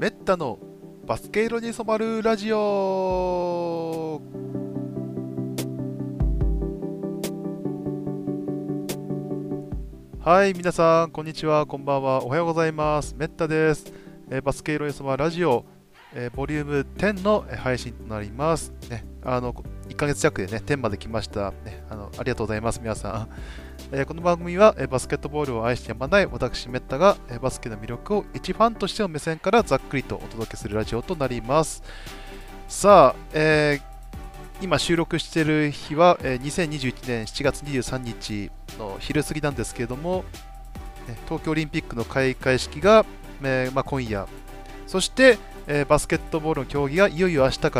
メッタのバスケ色に染まるラジオ。はい、皆さん、こんにちは、こんばんは、おはようございます。メッタです。バスケ色に染まるラジオ、ボリューム10の配信となります。ね、1ヶ月弱でね、10まで来ました。ね、ありがとうございます、皆さん。この番組はバスケットボールを愛してやまない私メッタがバスケの魅力を一ファンとしての目線からざっくりとお届けするラジオとなります。さあ、今収録している日は2021年7月23日の昼過ぎなんですけれども、東京オリンピックの開会式が、今夜、そして、バスケットボールの競技がいよいよ明日から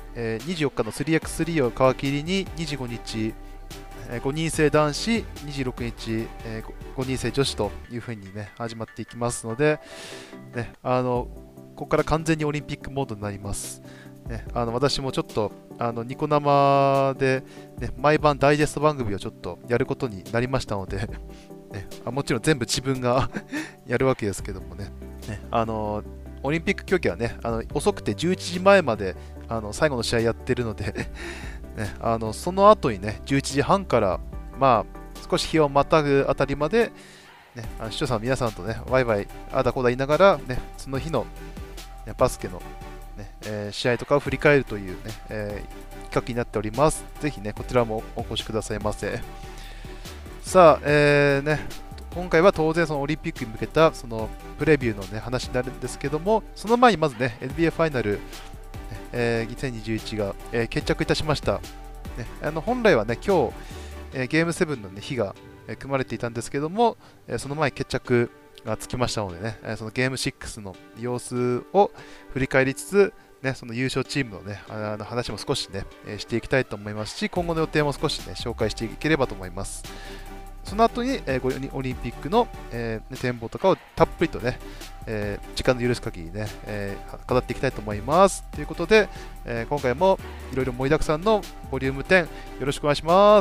、24日の 3x3 を皮切りに25日、5人制男子、26日、5人制女子というふうに、ね、始まっていきますので、ね、ここから完全にオリンピックモードになります。ね、私もちょっとニコ生で、ね、毎晩ダイジェスト番組をちょっとやることになりましたので、ね、もちろん全部自分がやるわけですけどもね、オリンピック競技はね、遅くて11時前まで最後の試合やってるのでね、その後にね、11時半から、少し日をまたぐあたりまで、ね、視聴者の皆さんとね、ワイワイ、あだこだ言いながら、ね、その日の、ね、バスケの、ね試合とかを振り返るというね、企画になっております。ぜひね、こちらもお越しくださいませ。さあ、今回は当然そのオリンピックに向けたそのプレビューの、ね、話になるんですけども、その前にまずね、NBA ファイナル、2021が、決着いたしました。本来はね、今日、ゲーム7の、ね、日が、組まれていたんですけども、その前に決着がつきましたのでね、そのゲーム6の様子を振り返りつつ、ね、その優勝チームの、ね、話も少しね、していきたいと思いますし、今後の予定も少しね、紹介していければと思います。その後に、オリンピックの、展望とかをたっぷりとね、時間の許す限りね、語っていきたいと思います。ということで、今回もいろいろ盛りだくさんのボリューム10、よろしくお願いします。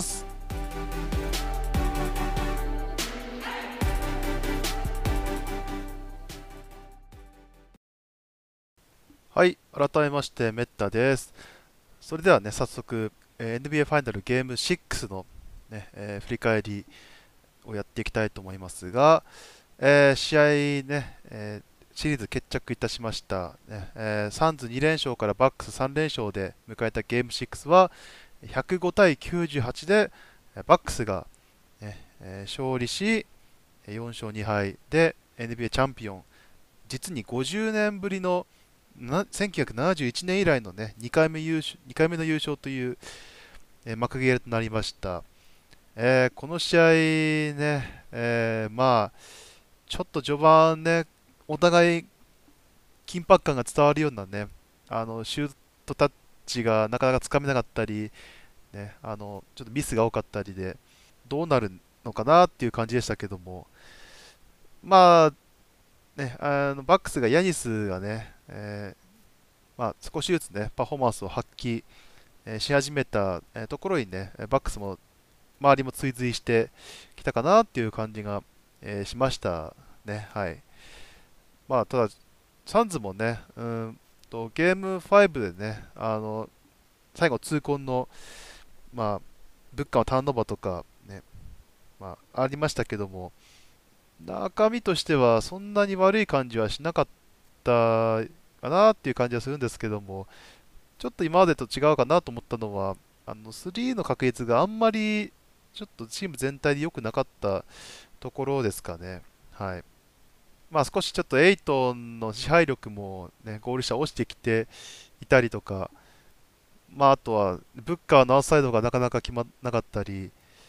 はい、改めましてメッタです。それではね、早速、NBA ファイナルゲーム6の、ね振り返りをやっていきたいと思いますが、試合ね、シリーズ決着いたしました、ねサンズ2連勝からバックス3連勝で迎えたゲーム6は105対98でバックスが、ね勝利し4勝2敗で NBA チャンピオン、実に50年ぶりの1971年以来の、ね、2回目の優勝という、幕切れとなりました。この試合ね、ちょっと序盤ね、お互い緊迫感が伝わるようなね、シュートタッチがなかなかつかめなかったり、ね、ちょっとミスが多かったりで、どうなるのかなっていう感じでしたけども、まあ、ね、バックスがヤニスがね、少しずつね、パフォーマンスを発揮、し始めた、ところにね、バックスも周りも追随してきたかなっていう感じが、しましたね。はい。ただ、サンズもね、ゲーム5でね、最後、痛恨の、ブッカのターンオーバーとか、ね、ありましたけども、中身としてはそんなに悪い感じはしなかったかなっていう感じはするんですけども、ちょっと今までと違うかなと思ったのは、スリーの確率があんまりちょっとチーム全体で良くなかったところですかね。はい。少しちょっとエイトの支配力も、ね、ゴール下落ちてきていたりとか、あとはブッカーのアウトサイドがなかなか決まらなかったり、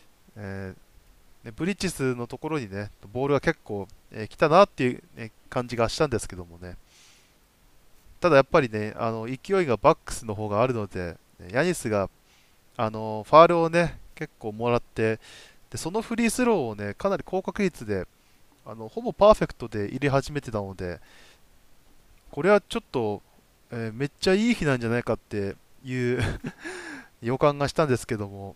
ブリッジスのところにね、ボールが結構、来たなっていう、感じがしたんですけどもね。ただやっぱりね、勢いがバックスの方があるので、ヤニスがファールをね、結構もらって、で、そのフリースローをね、かなり高確率で、ほぼパーフェクトで入れ始めてたので、これはちょっと、めっちゃいい日なんじゃないかっていう予感がしたんですけども、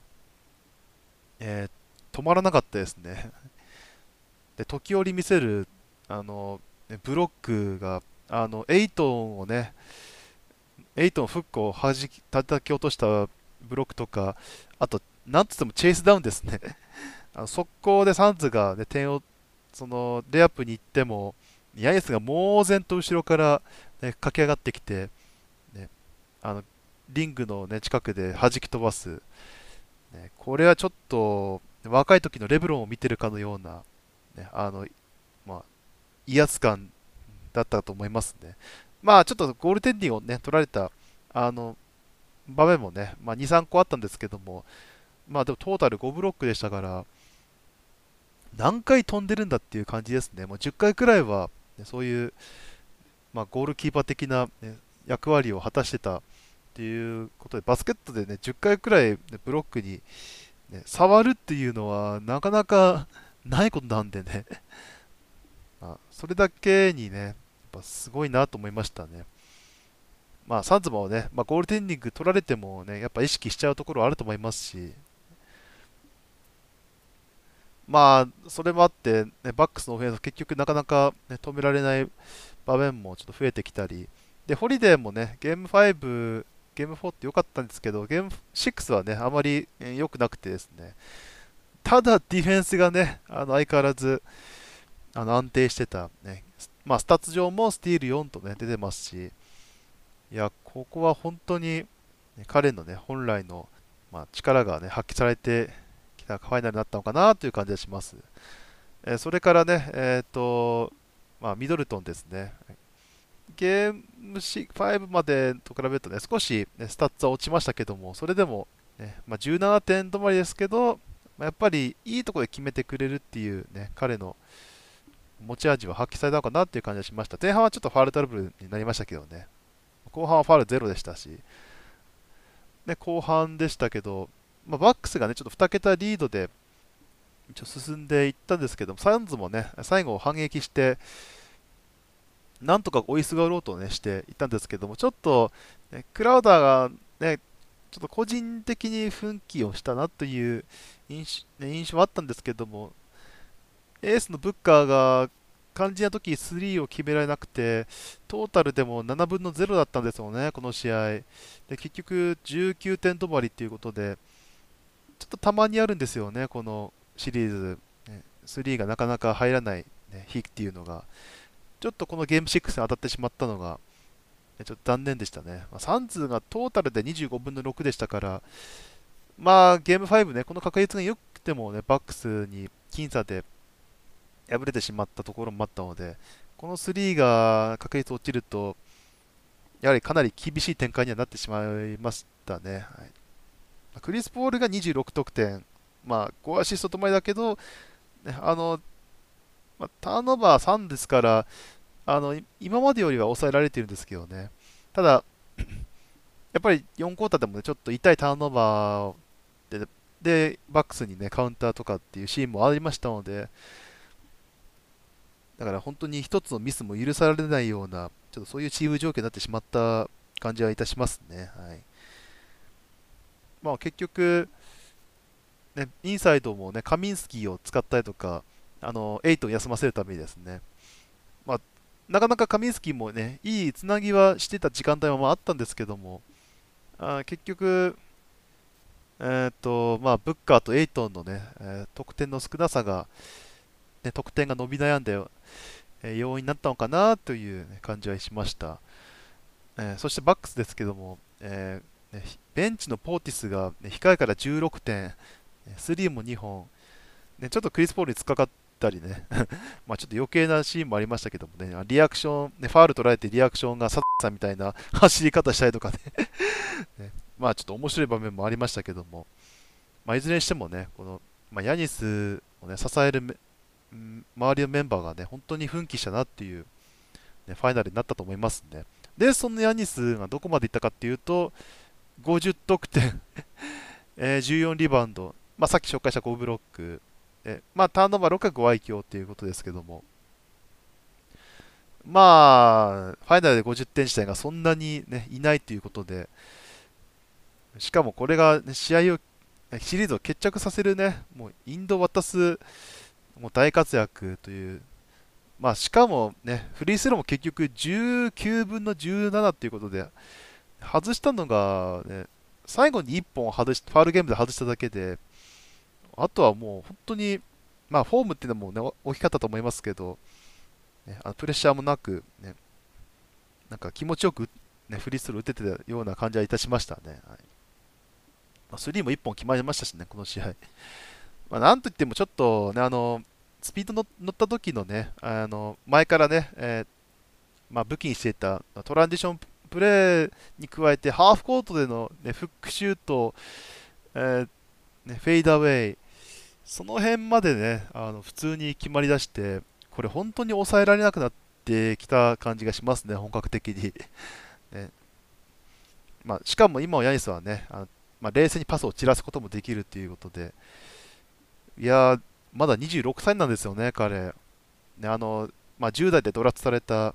止まらなかったですね。で、時折見せる、ねブロックが、 エイトンをね、エイトンフックを叩き落としたブロックとか、あと、なんつってもチェイスダウンですね。速攻でサンズが、ね、点を、レイアップに行っても、ヤニスが猛然と後ろから、ね、駆け上がってきて、ね、あのリングの、ね、近くで弾き飛ばす、ね、これはちょっと若い時のレブロンを見てるかのような、ね、まあ、威圧感だったと思いますね。まあちょっとゴールテンディングを、ね、取られたあの場面もね、まあ、2、3個あったんですけども、まあでもトータル5ブロックでしたから、何回飛んでるんだっていう感じですね。もう10回くらいは、ね、そういう、まあ、ゴールキーパー的な、ね、役割を果たしてたっていうことで、バスケットでね、10回くらい、ね、ブロックに、ね、触るっていうのはなかなかないことなんでね、まあ、それだけにね、やっぱすごいなと思いましたね。まあ、サンズもね、まあ、ゴールテンディング取られてもね、やっぱ意識しちゃうところはあると思いますし、まあ、それもあって、ね、バックスのオフェンス、結局なかなか、ね、止められない場面もちょっと増えてきたり、で、ホリデーもね、ゲーム5、ゲーム4って良かったんですけど、ゲーム6はね、あまり良くなくてですね、ただディフェンスがね、相変わらず安定してた、ね、まあ、スタッツ上もスティール4とね、出てますし、いや、ここは本当に、ね、彼のね、本来の、まあ、力がね、発揮されてきたファイナルになったのかなという感じがします。それからね、まあ、ミドルトンですね。ゲーム5までと比べるとね、少し、ね、スタッツは落ちましたけども、それでも、ね、まあ、17点止まりですけど、まあやっぱりいいところで決めてくれるっていうね、彼の持ち味は発揮されたのかなっていう感じがしました。前半はちょっとファールトラブルになりましたけどね、後半はファウルゼロでしたし、ね、後半でしたけど、まあ、バックスがね、ちょっと2桁リードで一応進んでいったんですけども、サンズもね、最後反撃して、なんとか追いすがろうと、ね、していったんですけども、ちょっと、ね、クラウダーが、ね、ちょっと個人的に奮起をしたなという印象はあったんですけども、エースのブッカーが肝心な時3を決められなくて、トータルでも7分の0だったんですよね、この試合。で、結局19点止まりということで、ちょっとたまにあるんですよね、このシリーズ、ね、3がなかなか入らない、ね、日っていうのが。ちょっとこのゲーム6に当たってしまったのが、ちょっと残念でしたね。まあ、サンズがトータルで25分の6でしたから、まあゲーム5ね、この確率が良くてもね、バックスに僅差で敗れてしまったところもあったので、この3が確率落ちると、やはりかなり厳しい展開にはなってしまいましたね。はい、クリス・ポールが26得点、まあ、5アシスト止まりだけど、ね、まあ、ターンオーバー3ですから、今までよりは抑えられているんですけどね。ただ、やっぱり4クォーターでもね、ちょっと痛いターンオーバーで、バックスにね、カウンターとかっていうシーンもありましたので、だから本当に一つのミスも許されないような、ちょっとそういうチーム状況になってしまった感じはいたしますね。はい。まあ結局、ね、インサイドもね、カミンスキーを使ったりとか、エイトを休ませるためにですね、まあ、なかなかカミンスキーもね、いいつなぎはしてた時間帯もまああったんですけども、結局、まあ、ブッカーとエイトンのね、得点の少なさが、ね、得点が伸び悩んだ要因になったのかなという、ね、感じはしました。そしてバックスですけども、ね、ベンチのポーティスが、ね、控えから16点、スリーも2本、ね、ちょっとクリス・ポールに突っかかったりね、まあちょっと余計なシーンもありましたけどもね、リアクション、ね、ファール取られてリアクションがサッさんみたいな走り方したりとかねね、まあちょっと面白い場面もありましたけども、まあ、いずれにしてもね、この、まあ、ヤニスを、ね、支える周りのメンバーがね、本当に奮起したなっていう、ね、ファイナルになったと思いますね。で、そのヤニスがどこまでいったかっていうと、50得点14リバウンド、まあ、さっき紹介した5ブロック、まあ、ターンオーバー6が5愛嬌っていうことですけども、まあ、ファイナルで50点自体がそんなに、ね、いないということで、しかもこれが、ね、シリーズを決着させるね、もうインドを渡すもう大活躍という、 まあ、しかもね、フリースローも結局19分の17っていうことで、外したのが、ね、最後に1本外し、ファールゲームで外しただけで、あとはもう本当に、まあ、フォームっていうのも、ね、大きかったと思いますけど、ね、プレッシャーもなく、ね、なんか気持ちよく、ね、フリースロー打ててたような感じはいたしましたね。はい、まあ、スリーも1本決まりましたしね、この試合。まあ、なんといってもちょっとね、スピードの乗った時のね、前からね、まあ、武器にしていたトランジションプレーに加えて、ハーフコートでの、ね、フックシュート、ね、フェイダーウェイ、その辺までね、普通に決まりだして、これ本当に抑えられなくなってきた感じがしますね、本格的に。ね、まあ、しかも今のヤニスはね、まあ、冷静にパスを散らすこともできるということで、いやー、まだ26歳なんですよね、彼。ね、まあ、10代でドラフトされた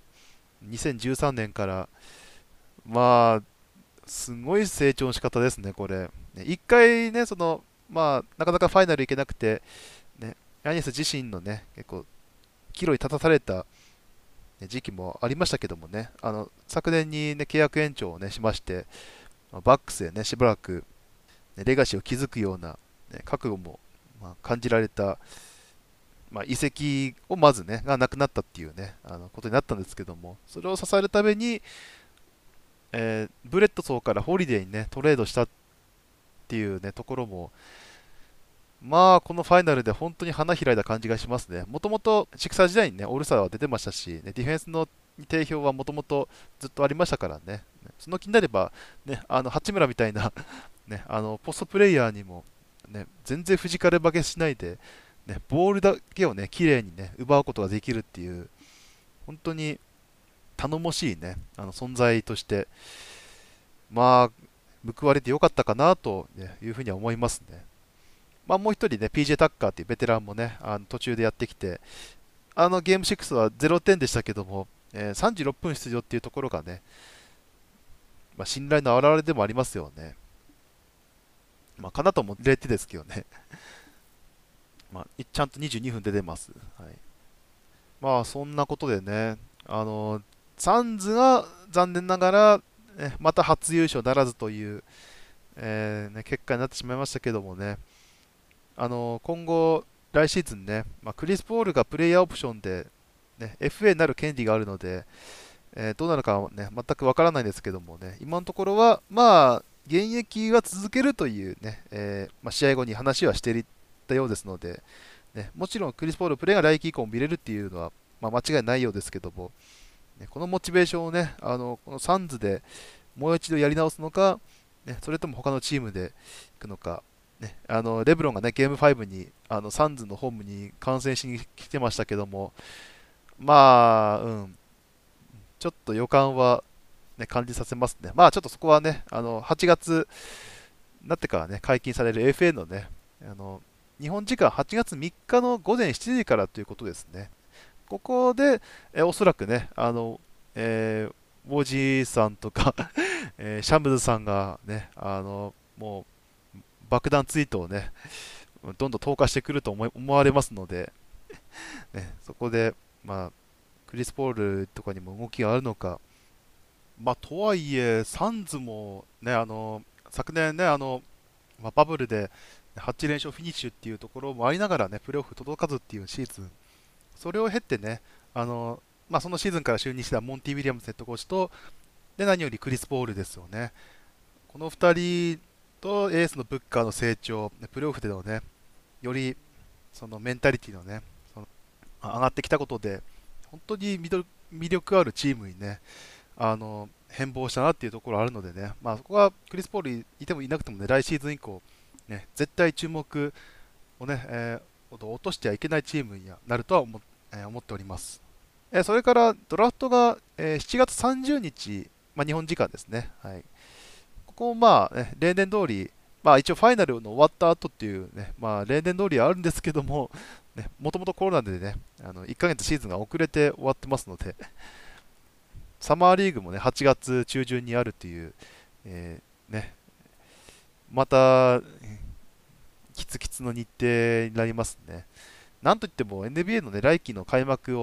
2013年から、まあ、すごい成長の仕方ですね、これ。ね、一回ね、まあ、なかなかファイナル行けなくて、ね、ヤニス自身のね、結構、岐路に立たされた時期もありましたけどもね、昨年に、ね、契約延長を、ね、しまして、まあバックスで、ね、しばらく、ね、レガシーを築くような、ね、覚悟も、まあ、感じられた、まあ、移籍をまずね、がなくなったっていうね、ことになったんですけども、それを支えるために、ブレッドソーからホリデーにね、トレードしたっていうね、ところも、まあ、このファイナルで本当に花開いた感じがしますね。もともとシクサー時代にね、オールスターは出てましたし、ね、ディフェンスの定評はもともとずっとありましたからね。その気になれば、ね、八村みたいなね、ポストプレイヤーにも、ね、全然フィジカル負けしないで、ね、ボールだけをね、綺麗にね、奪うことができるっていう、本当に頼もしいね、存在として、まあ、報われてよかったかなというふうには思いますね。まあ、もう一人ね、PJ タッカーっていうベテランもね、途中でやってきて、ゲーム6は0点でしたけども、36分出場っていうところがね、まあ、信頼の表れでもありますよね。まあ、かなとも0点ですけどね、まあ、ちゃんと22分で出ます。はい、まあ、そんなことでね、サンズが残念ながら、また初優勝ならずという、ね、結果になってしまいましたけどもね、今後、来シーズンね、まあ、クリス・ポールがプレイヤーオプションで、ね、FA になる権利があるので、どうなるかは、ね、全くわからないんですけどもね、今のところは、まあ、現役は続けるというね、まあ、試合後に話はしていたようですので、ね、もちろんクリス・ポールプレーが来季以降も見れるっていうのは、まあ、間違いないようですけども、ね、このモチベーションをね、このサンズでもう一度やり直すのか、ね、それとも他のチームで行くのか、ね、レブロンが、ね、ゲーム5にサンズのホームに観戦しに来てましたけども、まあ、ちょっと予感は、ね、感じさせますね。まあ、ちょっとそこはね、8月になってからね、解禁される FA のね、日本時間8月3日の午前7時からということですね。ここで、おそらくね、ウォージーさんとかシャムズさんがね、もう爆弾ツイートをね、どんどん投下してくると思われますので、ね、そこで、まあ、クリス・ポールとかにも動きがあるのか、まあ、とはいえ、サンズもね、昨年ね、まあ、バブルで8連勝フィニッシュっていうところもありながらね、プレーオフ届かずっていうシーズン、それを経てね、まあ、そのシーズンから就任したモンティ・ウィリアムズヘッドコーチと、で何よりクリス・ポールですよね。この2人とエースのブッカーの成長、プレーオフでのね、よりそのメンタリティのね、その上がってきたことで、本当に魅力あるチームにね、変貌したなっていうところあるのでね、まあ、そこはクリス・ポールいてもいなくてもね、来シーズン以降、ね、絶対注目をね、落としてはいけないチームになるとは思っております。それからドラフトが、7月30日、まあ、日本時間ですね。はい、ここもまあ、ね、例年通り、まあ、一応ファイナルの終わった後っていうね、まあ、例年通りはあるんですけども、もともとコロナでね、1ヶ月シーズンが遅れて終わってますので、サマーリーグもね、8月中旬にあるっていう、ね、また、キツキツの日程になりますね。なんといっても NBA の、ね、来季の開幕を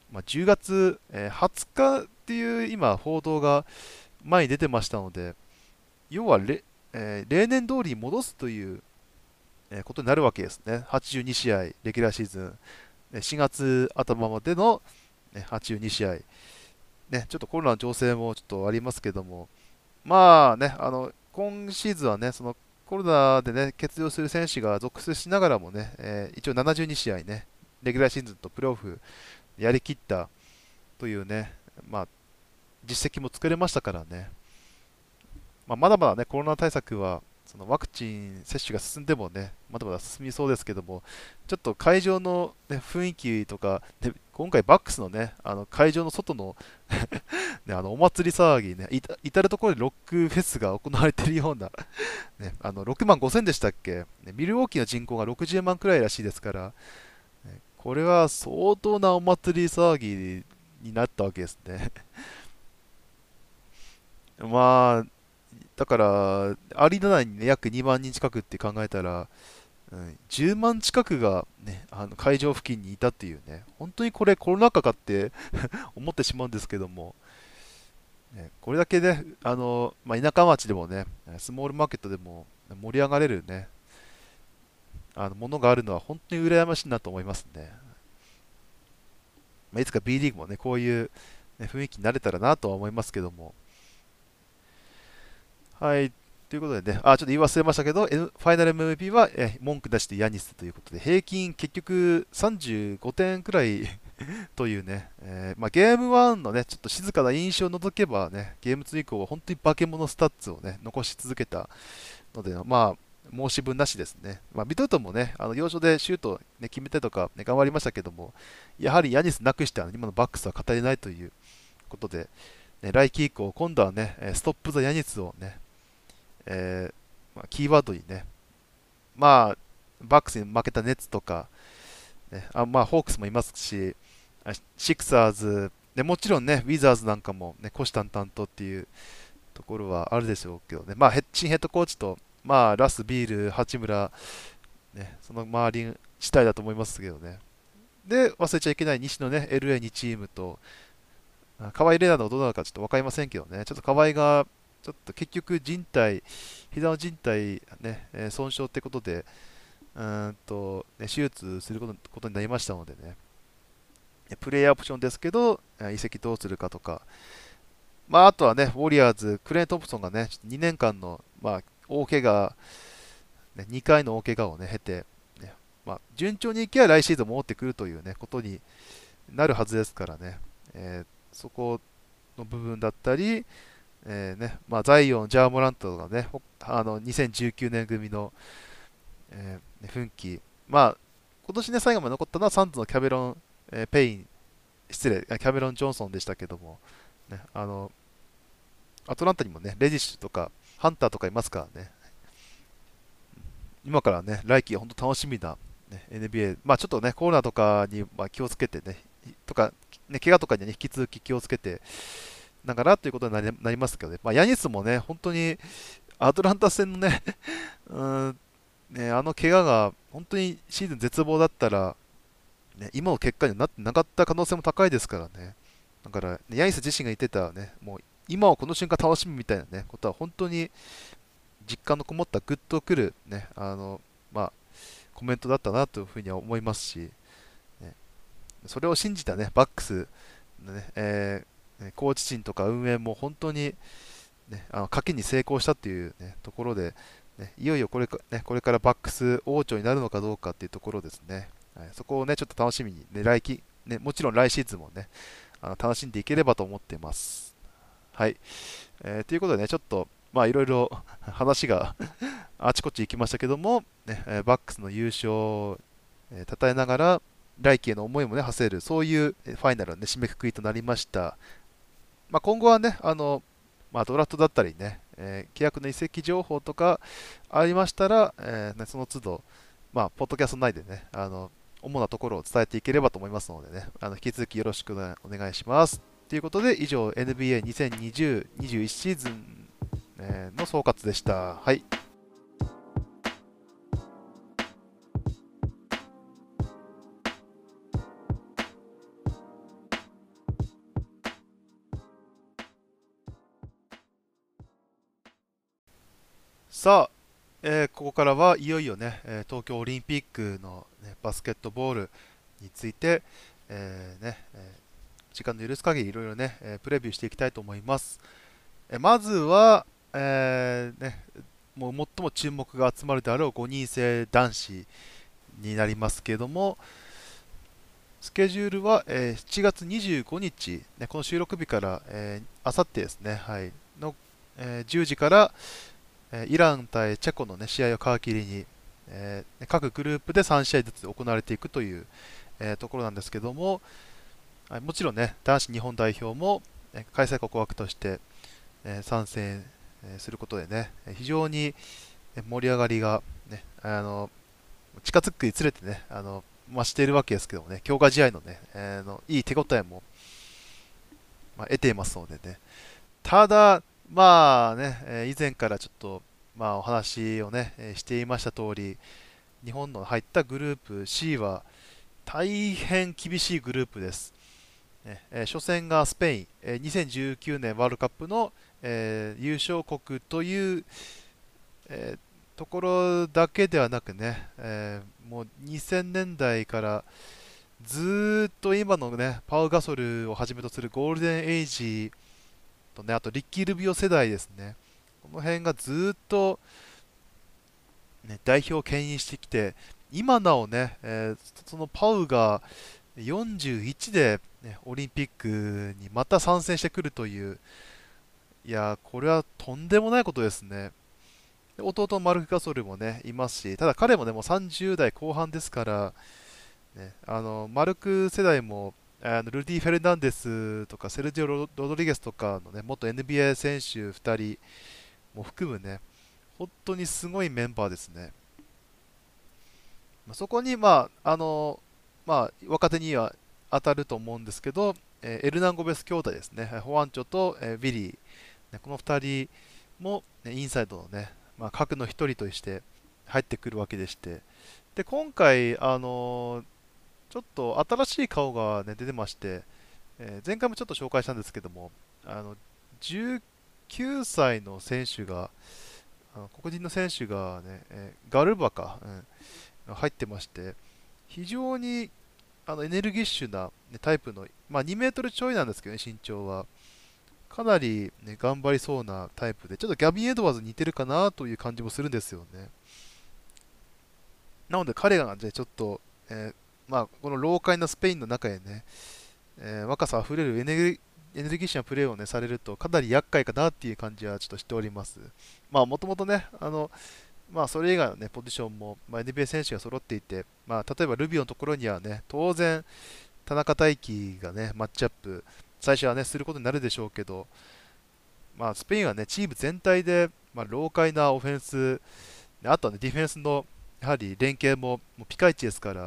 10月、20日っていう今、報道が前に出てましたので、要は例年通りに戻すということになるわけですね。82試合、レギュラーシーズン、4月頭までの82試合、ちょっとコロナの情勢もちょっとありますけども、まあね、今シーズンはね、そのコロナでね、欠場する選手が続出しながらもね、一応72試合ね、レギュラーシーズンとプレーオフやりきったというね、まあ、実績も作れましたからね、まだまだね、コロナ対策は、そのワクチン接種が進んでもね、まだまだ進みそうですけども、ちょっと会場の、ね、雰囲気とか、で今回、バックスのね、会場の外のね、お祭り騒ぎね、至る所でロックフェスが行われているような、ね、6万5千でしたっけ、ね、ミルウォーキーの人口が60万くらいらしいですから、ね、これは相当なお祭り騒ぎになったわけですね。まあ、だから、アリーナ内に、ね、約2万人近くって考えたら、10万近くが、ね、会場付近にいたっていうね、本当にこれコロナ禍かって思ってしまうんですけども、これだけね、田舎町でもね、スモールマーケットでも盛り上がれるね、ものがあるのは本当に羨ましいなと思いますね。いつか B リーグもね、こういう、ね、雰囲気になれたらなとは思いますけども。はい。ということでね、ちょっと言い忘れましたけど、ファイナル MVP は文句出してヤニスということで、平均結局35点くらいというね、ゲーム1のね、ちょっと静かな印象を除けばね、ゲーム2以降は本当に化け物スタッツをね、残し続けたので、申し分なしですね。ミドルトンもね、要所でシュート、ね、決めてとか、ね、頑張りましたけども、やはりヤニスなくしては、今のバックスは語れないということで、来季以降、今度はね、ストップ・ザ・ヤニスをね、キーワードにね、バックスに負けたネッツとか、ね、ホークスもいますし、シクサーズ、もちろんね、ウィザーズなんかも、ね、虎視眈々とっていうところはあるでしょうけどね、新ヘッドコーチと、ラス、ビール、八村、ね、その周り次第だと思いますけどね。で、忘れちゃいけない西のね、LA2 チームと、河合レナードどうなのかちょっと分かりませんけどね、ちょっと河合が、ちょっと結局膝の靭帯、ね、損傷ってことで、手術することになりましたのでね、プレイヤーオプションですけど、移籍どうするかとか、あとはね、ウォリアーズ、クレイ・トンプソンがね、2年間の、大怪我、2回の大怪我をね、経て、ね、順調にいけば来シーズン戻ってくるというね、ことになるはずですからね、そこの部分だったり、ザイオン、ジャーモラントがね、2019年組の、奮起、今年ね、最後まで残ったのはサンズのキャメロン、ペイン、失礼、キャメロン・ジョンソンでしたけども、ね、アトランタにもね、レジッシュとか、ハンターとかいますからね、今からね、来季が本当楽しみな、ね、NBA、ちょっとね、コロナとかに気をつけてね、とか、ね、怪我とかには、ね、引き続き気をつけて、だからということになりますけどね、ヤニスもね、本当にアトランタ戦のね、怪我が本当にシーズン絶望だったら、今の結果にはなってなかった可能性も高いですからね、だから、ヤニス自身が言ってたね、もう今をこの瞬間楽しむみたいな、ね、ことは本当に実感のこもったグッとくる、ね、コメントだったなというふうには思いますし、ね、それを信じた、ね、バックスのね、コーチ陣とか運営も本当に、ね、賭けに成功したという、ね、ところで、ね、いよいよこれからバックス王朝になるのかどうかっていうところですね。はい、そこをね、ちょっと楽しみに、ね、もちろん来シーズンもね、楽しんでいければと思っています。はい。ということでね、ちょっと、いろいろ話があちこち行きましたけども、ね、バックスの優勝を称えながら、来季への思いもね、馳せる、そういうファイナルの、ね、締めくくりとなりました。今後はね、ドラフトだったりね、契約の移籍情報とかありましたら、その都度、ポッドキャスト内でね、主なところを伝えていければと思いますのでね、引き続きよろしくお願いします。ということで、以上 NBA2020-21 シーズンの総括でした。はい。 さあ、ここからはいよいよね、東京オリンピックの、ね、バスケットボールについて、時間の許す限りいろいろね、プレビューしていきたいと思います。まずは、もう最も注目が集まるであろう5人制男子になりますけれども、スケジュールは、7月25日、ね、この収録日から、あさってですね、はい、の、10時から、イラン対チェコの、ね、試合を皮切りに、各グループで3試合ずつ行われていくという、ところなんですけども、はい、もちろんね、男子日本代表も、開催国枠として、参戦、することでね、非常に盛り上がりが、ね、近づくにつれてね、増しているわけですけどもね、強化試合のね、いい手応えも、得ていますのでね。ただ、まあね、以前からちょっと、お話をね、していました通り、日本の入ったグループ C は大変厳しいグループです。初戦がスペイン、2019年ワールドカップの、優勝国という、ところだけではなくね、もう2000年代からずーっと今のね、パウ・ガソルをはじめとするゴールデンエイジとね、あとリッキー・ルビオ世代ですね。この辺がずーっと、ね、代表を牽引してきて、今なおね、そのパウが41で、ね、オリンピックにまた参戦してくるという、いやこれはとんでもないことですね。で弟のマルク・ガソルもね、いますし、ただ彼もね、もう30代後半ですから、ね、マルク世代も、ルディ・フェルナンデスとかセルジオ・ロドリゲスとかのね、元 NBA 選手2人も含むね、本当にすごいメンバーですね。そこに、若手には当たると思うんですけど、エルナンゴベス兄弟ですね、ホアンチョと、ウィリー、ね、この2人も、ね、インサイドのね、核の一人として入ってくるわけでして、で今回、ちょっと新しい顔が、ね、出てまして、前回もちょっと紹介したんですけども、19歳の選手が、黒人の選手がね、ガルバか、入ってまして、非常にエネルギッシュな、ね、タイプの、2メートルちょいなんですけどね、身長は。かなり、ね、頑張りそうなタイプで、ちょっとギャビン・エドワーズに似てるかなという感じもするんですよね。なので彼が、ね、ちょっと、この老快なスペインの中へね、若さあふれるエネルギッシュなプレーを、ね、されるとかなり厄介かなっていう感じはちょっとしております。もともとね、それ以外の、ね、ポジションも、NBA 選手が揃っていて、例えばルビオのところにはね、当然、田中大輝がね、マッチアップ、最初はね、することになるでしょうけど、スペインはね、チーム全体で、老快なオフェンス、あとはね、ディフェンスのやはり連携もうピカイチですから、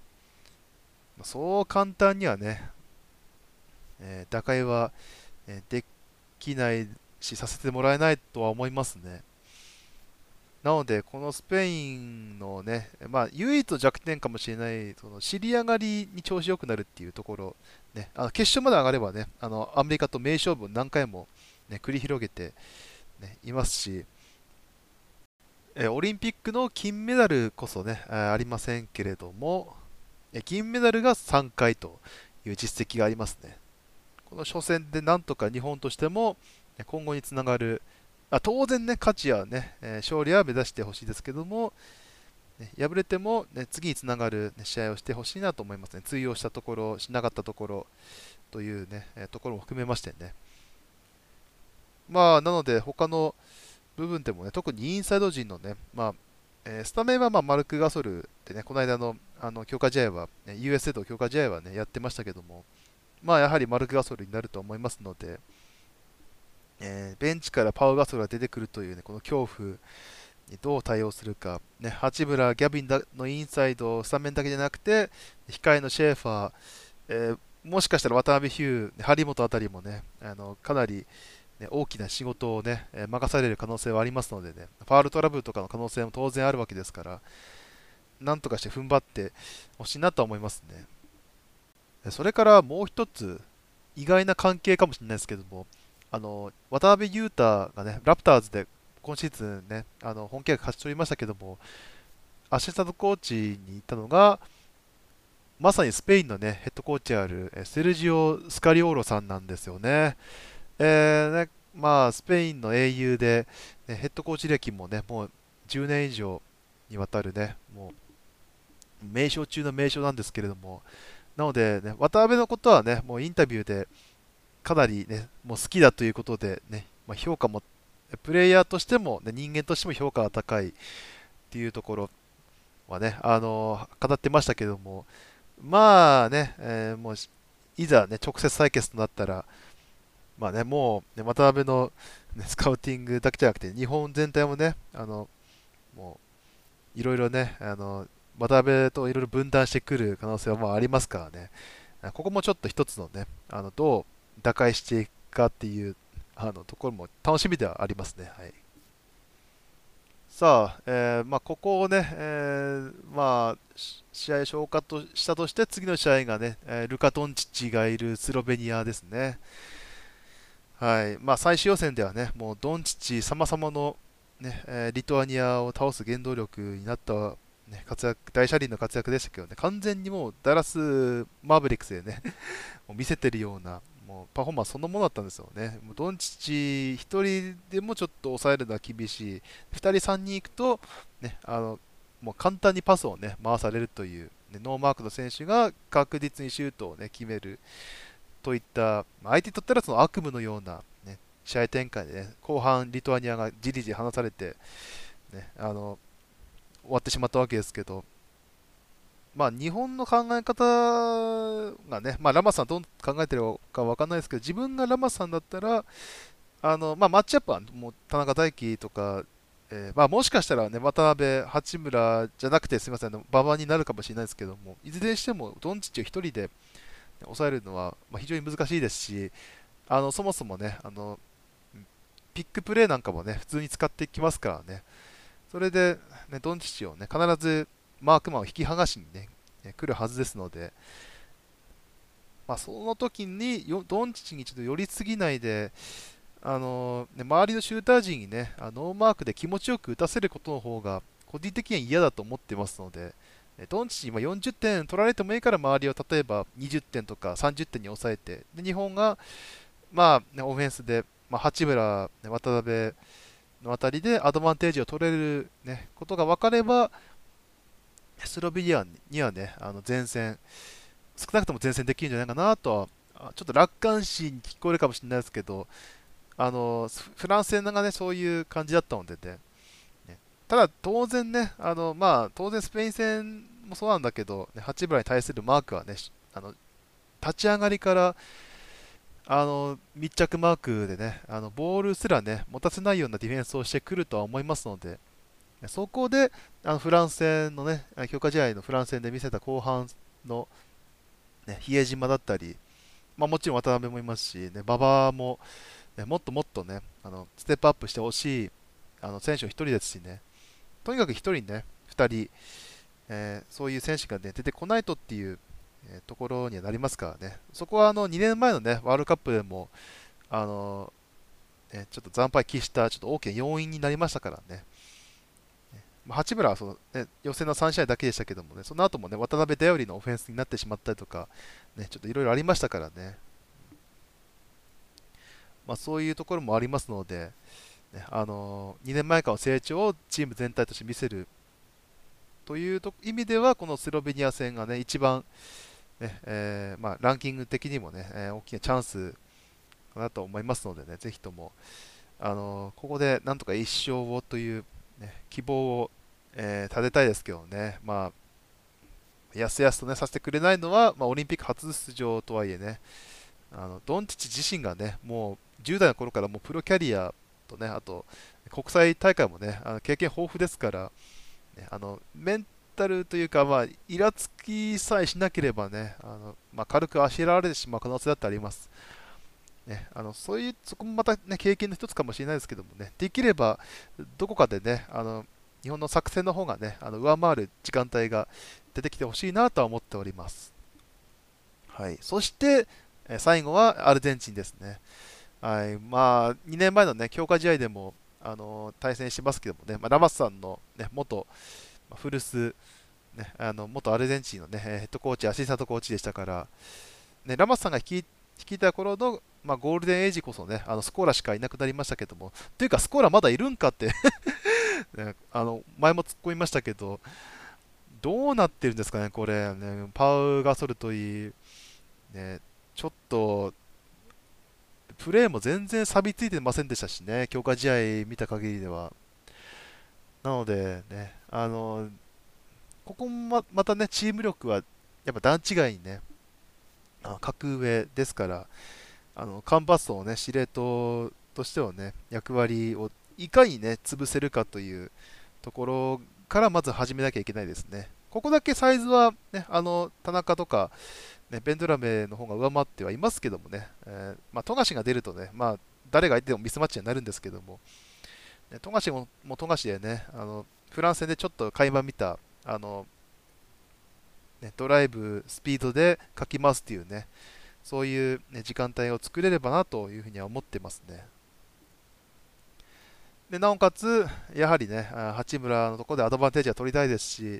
そう簡単にはね、打開は、できないし、させてもらえないとは思いますね。なので、このスペインのね、唯一の弱点かもしれない、その尻上がりに調子良くなるっていうところ、ね、決勝まで上がればね、アメリカと名勝負を何回も、ね、繰り広げて、ね、いますし、オリンピックの金メダルこそね、ありませんけれども、銀メダルが3回という実績がありますね。この初戦でなんとか日本としても今後につながる、当然ね、勝ちやね、勝利は目指してほしいですけども、ね、敗れても、ね、次につながる、ね、試合をしてほしいなと思いますね。通用したところ、しなかったところというね、ところも含めましてね。なので、他の部分でもね、特にインサイド陣のね、スタメンはマルク・ガソルでね、この間の強化試合は、ね、USA と強化試合はね、やってましたけども、やはりマルク・ガソルになると思いますので、ベンチからパウ・ガソルが出てくるというね、この恐怖にどう対応するか、ね、八村、ギャビンのインサイド、スタメンだけじゃなくて、控えのシェーファー、もしかしたら渡辺ヒュー、張本あたりもね、かなり、ね、大きな仕事をね、任される可能性はありますのでね、ファールトラブルとかの可能性も当然あるわけですから、なんとかして踏ん張ってほしいなとは思いますね。それからもう一つ、意外な関係かもしれないですけども、渡辺裕太がね、ラプターズで今シーズンね、本契約勝ち取りましたけども、アシスタントコーチに行ったのが、まさにスペインのね、ヘッドコーチであるセルジオ・スカリオーロさんなんですよね。まあ、スペインの英雄で、ね、ヘッドコーチ歴もね、もう10年以上にわたるね、もう名将中の名将なんですけれども、なので、ね、渡辺のことはね、もうインタビューでかなりね、もう好きだということでね、まあ、評価も、プレイヤーとしても、ね、人間としても評価が高いっていうところはね、語ってましたけども、まあね、もういざね、直接対決となったら、まあね、もう、ね、渡辺の、ね、スカウティングだけじゃなくて、日本全体もね、もういろいろね、渡辺といろいろ分断してくる可能性はまあありますからね、ここもちょっと一つのね、どう打開していくかっていうところも楽しみではありますね。はい、さあ、まあ、ここをね、まあ、試合消化としたとして、次の試合がね、ルカ・ドンチッチがいるスロベニアですね。はい、まあ、最終予選ではね、もうドンチッチ様々の、ねリトアニアを倒す原動力になった、ね、活躍大車輪の活躍でしたけどね、完全にもうダラス・マーベリックスでね、もう見せてるようなもうパフォーマンスそのものだったんですよね。もうドンチッチ1人でもちょっと抑えるのは厳しい、2人、3人行くと、ね、もう簡単にパスを、ね、回されるという、ね、ノーマークの選手が確実にシュートを、ね、決めるといった、相手にとったらその悪夢のような、ね、試合展開で、ね、後半、リトアニアがじりじり離されて、ね、終わってしまったわけですけど、まあ、日本の考え方がね、まあ、ラマスさんどう考えてるかわかんないですけど、自分がラマスさんだったら、まあ、マッチアップはもう田中大輝とか、まあ、もしかしたらね、渡辺、八村じゃなくて、すみません、馬場になるかもしれないですけども、いずれにしても、ドンチッチを一人で抑えるのは、まあ、非常に難しいですし、そもそもね、ピックプレーなんかもね、普通に使ってきますからね、それで、ね、ドンチッチをね、必ずマークマンを引き剥がしにね、来るはずですので、まあ、その時にドンチッチにちょっと寄りすぎないで、周りのシューター陣にね、ノーマークで気持ちよく打たせることの方が、個人的には嫌だと思ってますので、ドンチッチ今40点取られてもいいから周りを例えば20点とか30点に抑えて、で日本が、まあね、オフェンスで、まあ、八村、渡辺のあたりでアドバンテージを取れる、ね、ことが分かれば、スロベニアにはね、前線、少なくとも前線できるんじゃないかなとは、ちょっと楽観視に聞こえるかもしれないですけど、フランス戦がね、そういう感じだったのでね、ただ当然ね、まあ、当然スペイン戦もそうなんだけど、ね、八村に対するマークはね、立ち上がりから密着マークでね、ボールすらね、持たせないようなディフェンスをしてくるとは思いますので、そこでフランス戦のね、強化試合のフランス戦で見せた後半の、ね、比江島だったり、まあ、もちろん渡辺もいますし、ね、馬場も、ね、もっともっとね、ステップアップしてほしい選手1人ですしね、とにかく1人ね、2人、そういう選手が、ね、出てこないとっていう、ところにはなりますからね、そこは2年前の、ね、ワールドカップでも、あのちょっと惨敗喫したちょっと大きな要因になりましたからね。まあ八村はその、ね、予選の3試合だけでしたけどもね、その後もね、渡辺頼りのオフェンスになってしまったりとか、ね、ちょっといろいろありましたからね、まあ、そういうところもありますので、ね、2年前からの成長をチーム全体として見せるという意味では、このスロベニア戦がね、一番、ねまあ、ランキング的にもね、大きなチャンスかなと思いますのでね、ぜひとも、ここでなんとか1勝をという、ね、希望を、立てたいですけどね、まあ、やすやすと、ね、させてくれないのは、まあ、オリンピック初出場とはいえね、ドンチッチ自身がね、もう10代の頃からもうプロキャリアとね、あと国際大会もね、経験豊富ですから、ね、メンタルというか、まあ、イラつきさえしなければね、まあ、軽くあしらわれてしまう可能性だってあります。ね、そういう、そこもまた、ね、経験の一つかもしれないですけどもね、できればどこかでね、日本の作戦の方がね、上回る時間帯が出てきてほしいなとは思っております。はい、そして、最後はアルゼンチンですね。はい、まあ、2年前の、ね、強化試合でも、 対戦してますけどもね、ラマスさんの、ね、元、古巣、ね、元アルゼンチンの、ね、ヘッドコーチ、アシスタントコーチでしたから、ね、ラマスさんが率いた頃の、ゴールデンエイジこそね、スコーラしかいなくなりましたけども、というか、スコーラまだいるんかってね、前も突っ込みましたけど、どうなってるんですかね、これ、ね、パウ・ガソルといい、ね、ちょっと、プレーも全然錆びついてませんでしたしね、強化試合見た限りでは。なので、ね、ここもまたね、チーム力はやっぱ段違いにね、格上ですから、カンパッソのね、司令塔としてはね、役割をいかにね、潰せるかというところからまず始めなきゃいけないですね。ここだけサイズは、ね、田中とか、ね、ベンドラメの方が上回ってはいますけどもね、富樫が出るとね、誰が相手でもミスマッチになるんですけども、ね、富樫も富樫でね、フランス戦でちょっと垣間見た、ドライブ、スピードでかき回すっていうね、そういう、ね、時間帯を作れればなというふうには思ってますね。でなおかつ、やはりね、八村のところでアドバンテージは取りたいですし、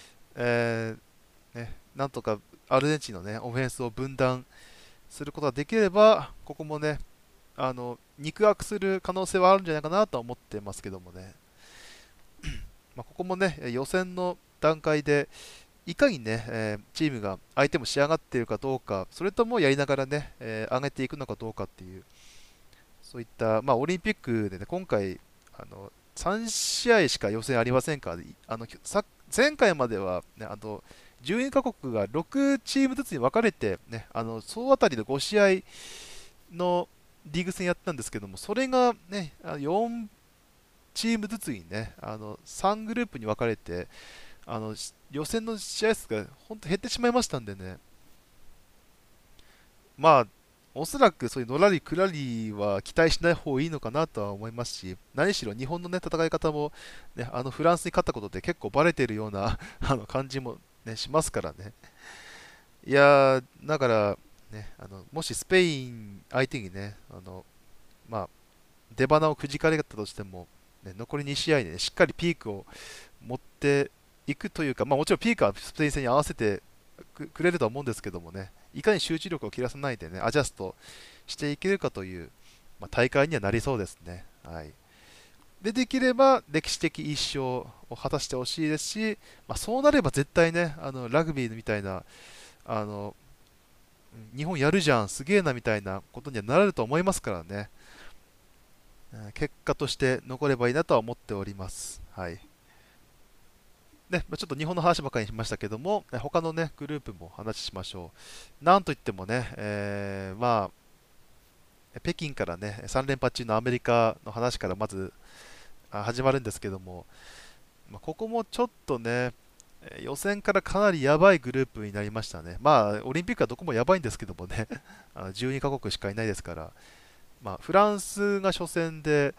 なんとかアルゼンチンの、ね、オフェンスを分断することができれば、ここもね、肉薄する可能性はあるんじゃないかなとは思ってますけどもね、ここもね、予選の段階で、いかにね、チームが相手も仕上がっているかどうか、それともやりながらね、上げていくのかどうかっていう、そういった、オリンピックでね、今回、3試合しか予選ありませんか、前回までは、ね、12カ国が6チームずつに分かれて、ね、総当たりで5試合のリーグ戦やったんですけども、それが、ね、4チームずつにね、3グループに分かれて、予選の試合数が本当減ってしまいましたんでね、まあ、おそらくそういうのらりくらりは期待しない方がいいのかなとは思いますし、何しろ日本の、ね、戦い方も、ね、フランスに勝ったことで結構バレているような感じも、ね、しますからね。いやー、だから、ね、もしスペイン相手にね、まあ、出花をくじかれたとしても、ね、残り2試合で、ね、しっかりピークを持っていくというか、もちろんピークはスペイン戦に合わせてくれるとは思うんですけどもね、いかに集中力を切らさないでね、アジャストしていけるかという、大会にはなりそうですね。はい。で、できれば歴史的一勝を果たしてほしいですし、そうなれば絶対ね、ラグビーみたいな、あの、日本やるじゃん、すげえなみたいなことにはなると思いますからね、結果として残ればいいなとは思っております。はい。ね、ちょっと日本の話ばかりにしましたけども、他のね、グループも話しましょう。なんといってもね、北京からね、3連覇中のアメリカの話からまず始まるんですけども、ここもちょっとね、予選からかなりやばいグループになりましたね。オリンピックはどこもやばいんですけどもね、12カ国しかいないですから、フランスが初戦で、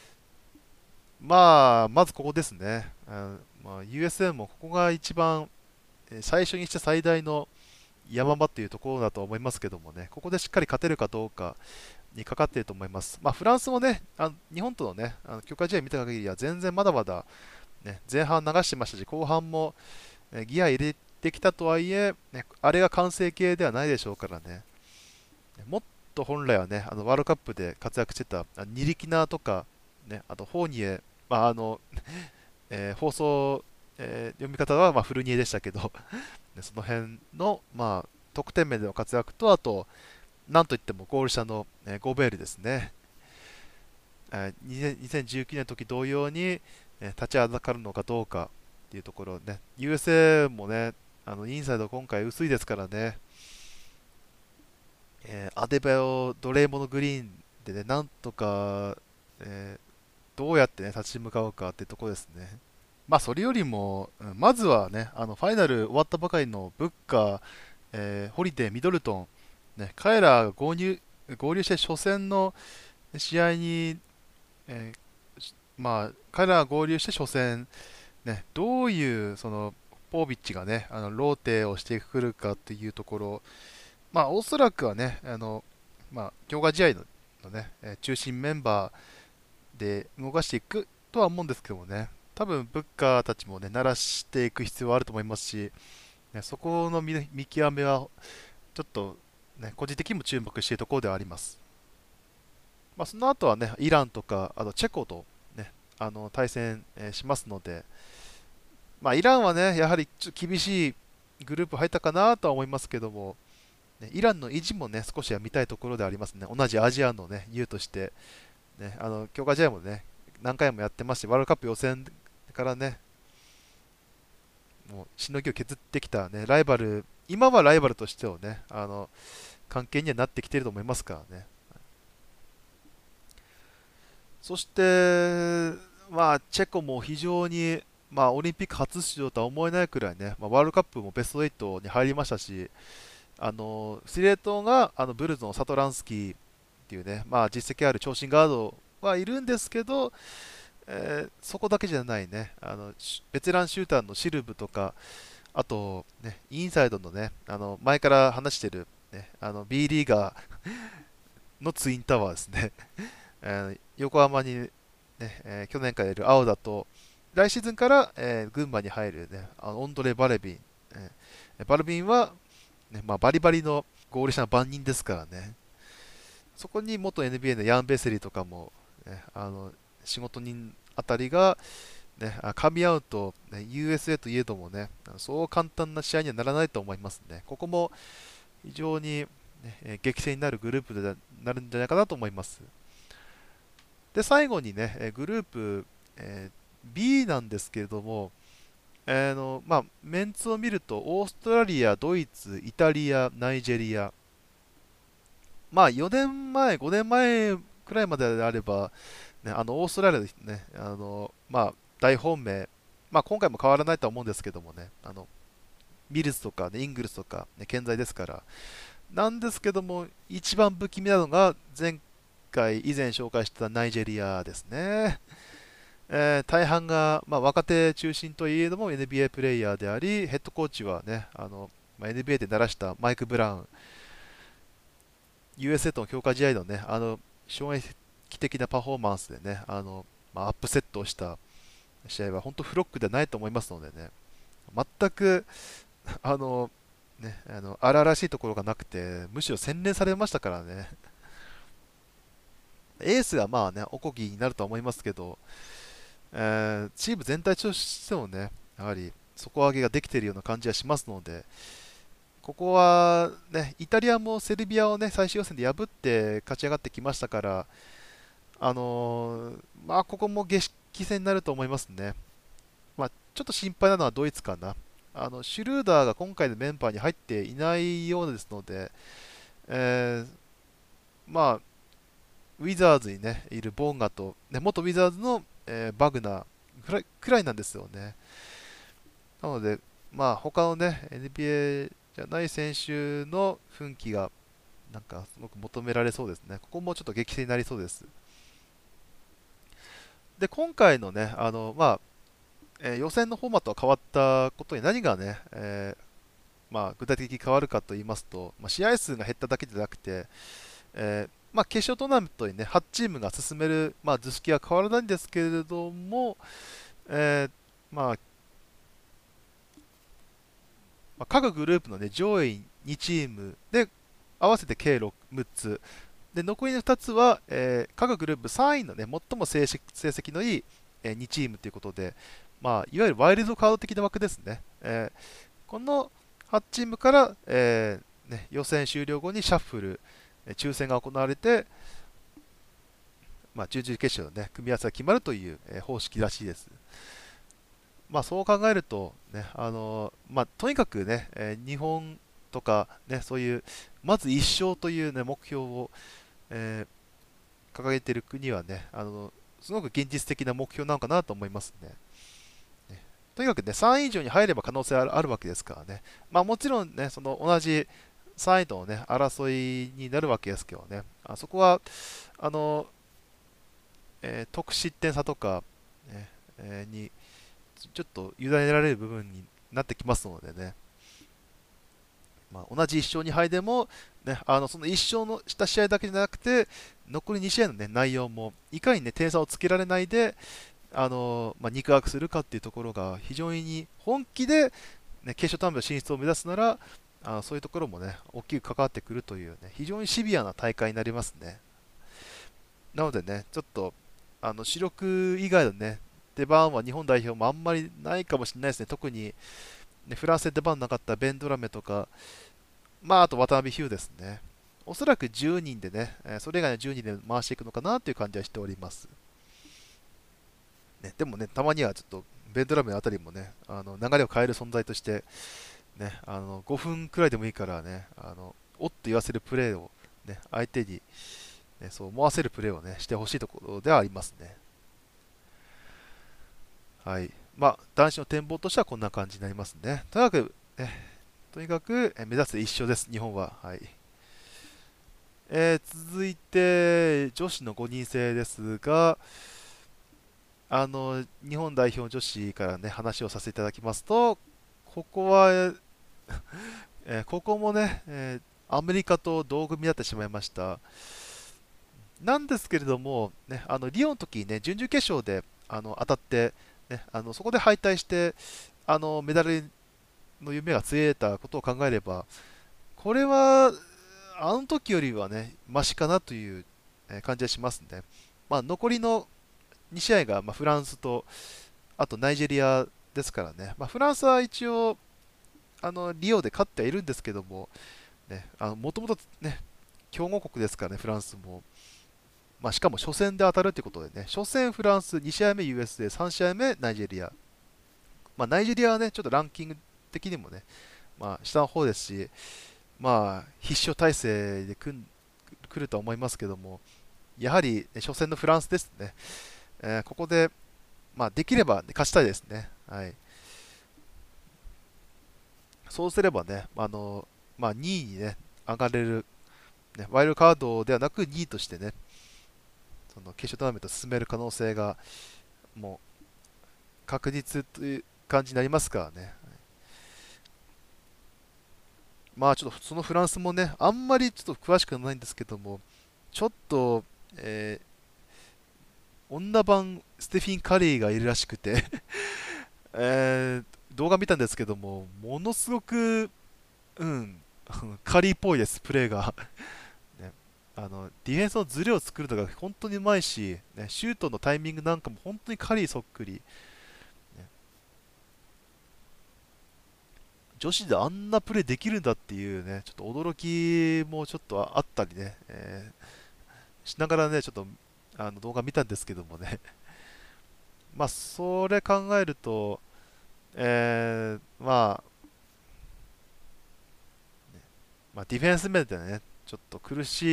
まずここですね。USA もここが一番、最初にして最大の山場というところだと思いますけどもね、ここでしっかり勝てるかどうかにかかっていると思います。フランスもね、日本とのね、強化試合見た限りは全然まだまだ、ね、前半流してましたし、後半も、ギア入れてきたとはいえ、ね、あれが完成形ではないでしょうからね、もっと本来はね、ワールドカップで活躍してたニリキナーとか、ね、あとフォーニエ、放送、読み方はフルニエでしたけどその辺の、得点面での活躍と、あと、なんといってもゴール下の、ゴベールですね。2019年の時同様に、立ち上がるのかどうかっていうところね、USA もね、インサイド今回薄いですからね、アデバヨ、ドレーモのグリーンでね、なんとか、どうやってね、立ち向かうかっていうところですね。それよりも、まずはね、ファイナル終わったばかりのブッカー、ホリデー、ミドルトン、ね、彼らが合流して初戦の試合に、彼らが合流して初戦、ね、どういうポービッチがね、ローテをしてくるかっていうところ、おそらくはね、強化試合のね、中心メンバーで動かしていくとは思うんですけどもね、多分ブッカーたちもね、慣らしていく必要はあると思いますし、ね、そこの見極めはちょっと、ね、個人的にも注目しているところではあります。まあ、その後はね、イランとか、あとチェコと、ね、対戦、しますので、まあ、イランはね、やはりちょっと厳しいグループ入ったかなとは思いますけども、ね、イランの意地もね、少しは見たいところでありますね。同じアジアのね、雄として、ね、強化試合もね、何回もやってますし、ワールドカップ予選からね、もうしのぎを削ってきた、ね、ライバル、今はライバルとしてはね、関係にはなってきていると思いますからね。そして、まあ、チェコも非常に、まあ、オリンピック初出場とは思えないくらいね、まあ、ワールドカップもベスト8に入りましたし、司令塔がブルズのサトランスキーっていうね、まあ、実績ある長身ガードはいるんですけど、そこだけじゃないね、ベテランシューターのシルブとか、あと、ね、インサイドのね、前から話してる、ね、B リーガーのツインタワーですね、横浜に、ね去年からいる青田と、来シーズンから、群馬に入る、ね、オンドレ・バレビン、バレビンは、ねまあ、バリバリの合理者の番人ですからね、そこに元 NBA のヤン・ベセリとかも、ね、仕事人あたりが、ね、噛み合うと、ね、USA といえどもね、そう簡単な試合にはならないと思いますね。ここも非常に、ね、激戦になるグループでなるんじゃないかなと思います。で、最後にね、グループ、B なんですけれども、まあ、メンツを見ると、オーストラリア、ドイツ、イタリア、ナイジェリア、まあ、4年前、5年前くらいまでであれば、ね、オーストラリアですね、まあ、大本命、まあ、今回も変わらないとは思うんですけどもね、ミルズとか、ね、イングルスとか、ね、健在ですから、なんですけども、一番不気味なのが、前回、以前紹介したナイジェリアですね。大半が、まあ、若手中心といえども NBA プレイヤーであり、ヘッドコーチはね、まあ、NBA で鳴らしたマイク・ブラウン、USA との強化試合のね、衝撃的なパフォーマンスでね、まあ、アップセットをした試合は本当フロックではないと思いますのでね、全く、あの、荒々しいところがなくて、むしろ洗練されましたからね、エースがまあね、おこぎになるとは思いますけど、チーム全体としてもね、やはり底上げができているような感じはしますので、ここはね、イタリアもセルビアをね、最終予選で破って勝ち上がってきましたから、まあ、ここも激戦になると思いますね。まあ、ちょっと心配なのはドイツかな。シュルーダーが今回のメンバーに入っていないようですので、えーまあ、ウィザーズに、ね、いるボンガと、ね、元ウィザーズの、バグナーくらいなんですよね。なので、まあ、他のね、NBA じゃない選手の奮起が、なんかすごく求められそうですね。ここもちょっと激戦になりそうです。で、今回のね、まあ、予選のフォーマットが変わったことに何がね、まあ、具体的に変わるかと言いますと、まあ、試合数が減っただけじゃなくて、まあ、決勝トーナメントにね、8チームが進める、まあ、図式は変わらないんですけれども、えーまあ、各グループの、ね、上位2チームで合わせて計6つで、残りの2つは、各グループ3位の、ね、最も成績のいい、2チームということで、まあ、いわゆるワイルドカード的な枠ですね。この8チームから、ね、予選終了後にシャッフル、抽選が行われて、まあ、準々決勝の、ね、組み合わせが決まるという、方式らしいです。まあ、そう考えると、ね、まあ、とにかくね、日本とか、ね、そういう、まず1勝という、ね、目標を、掲げている国はね、すごく現実的な目標なのかなと思いますね。ねとにかくね、3位以上に入れば可能性あるわけですからね。まあ、もちろんね、その同じ3位とのね、争いになるわけですけどね。そこは、あの、得失点差とか、ねにちょっと委ねられる部分になってきますのでね。 同じ1勝2敗でも、ね、その1勝のした試合だけじゃなくて、残り2試合の、ね、内容もいかに、ね、点差をつけられないで、肉薄するかっていうところが非常に本気で、ね、決勝トーナメント進出を目指すなら、そういうところも、ね、大きく関わってくるという、ね、非常にシビアな大会になりますね。なのでね、ちょっと主力以外の、ね、出番は日本代表もあんまりないかもしれないですね。特に、ね、フランスで出番なかったベンドラメとか、あと渡辺ヒューですね。おそらく10人でね、それ以外の10人で回していくのかなという感じはしております。ね、でもね、たまにはちょっとベンドラメあたりもね、流れを変える存在として、ね、5分くらいでもいいからね、おっと言わせるプレーを、ね、相手に、ね、そう思わせるプレーを、ね、してほしいところではありますね。はい。男子の展望としてはこんな感じになりますね。とにかく目指す一勝です、日本は。はい。続いて、女子の5人制ですが、日本代表女子からね、話をさせていただきますと、ここは、ここもね、アメリカと同組になってしまいました。なんですけれども、ね、リオの時にね、準々決勝で当たって、ね、そこで敗退して、メダルの夢がついえたことを考えれば、これは、あの時よりはね、マシかなという感じがしますね。残りの2試合がフランスと、あとナイジェリアですからね、フランスは一応、リオで勝ってはいるんですけども、もともとね、強豪国ですからね、フランスも。しかも初戦で当たるということでね、初戦フランス、2試合目 USA、3試合目ナイジェリア。ナイジェリアはね、ちょっとランキング的にもね、下の方ですし、必勝体制で来るとは思いますけども、やはり初戦のフランスですね、ここで、できれば、ね、勝ちたいですね。はい、そうすればね、2位に、ね、上がれる、ね、ワイルドカードではなく2位としてね、その決勝トーナメントを進める可能性がもう確実という感じになりますからね。ちょっとそのフランスもね、あんまりちょっと詳しくないんですけども、ちょっと、女版ステフィン・カリーがいるらしくてえー動画見たんですけども、ものすごく、うん、カリーっぽいです、プレーがね、ディフェンスのズレを作るのが本当にうまいし、ね、シュートのタイミングなんかも本当にカリーそっくり、ね、女子であんなプレーできるんだっていうね、ちょっと驚きもちょっとあったりね、しながらね、ちょっと動画見たんですけどもね、それ考えると、ディフェンス面でね、ちょっと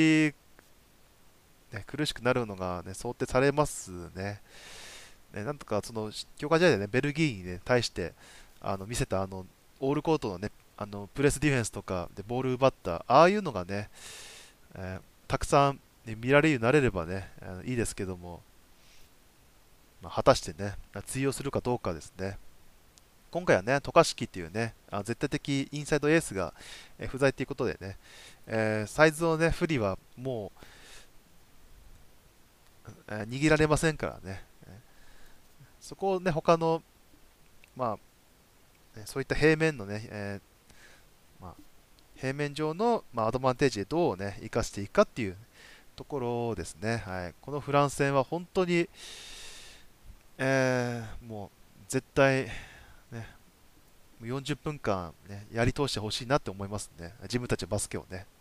苦しくなるのが、ね、想定されますね。なんとかその強化試合でね、ベルギーに、ね、対して見せたオールコートのね、プレスディフェンスとかでボール奪った、ああいうのがね、たくさん、ね、見られるようになれればね、いいですけども、果たしてね、通用するかどうかですね。今回はね、渡嘉敷っていうね、絶対的インサイドエースが、不在ということでね、サイズのね、不利はもう、握られませんからね、そこをね、他の、まそういった平面のね、平面上の、アドバンテージでどうね、生かしていくかっていうところですね。はい、このフランス戦は本当に、もう絶対、ね、40分間、ね、やり通してほしいなって思いますね。自分たちのバスケをね。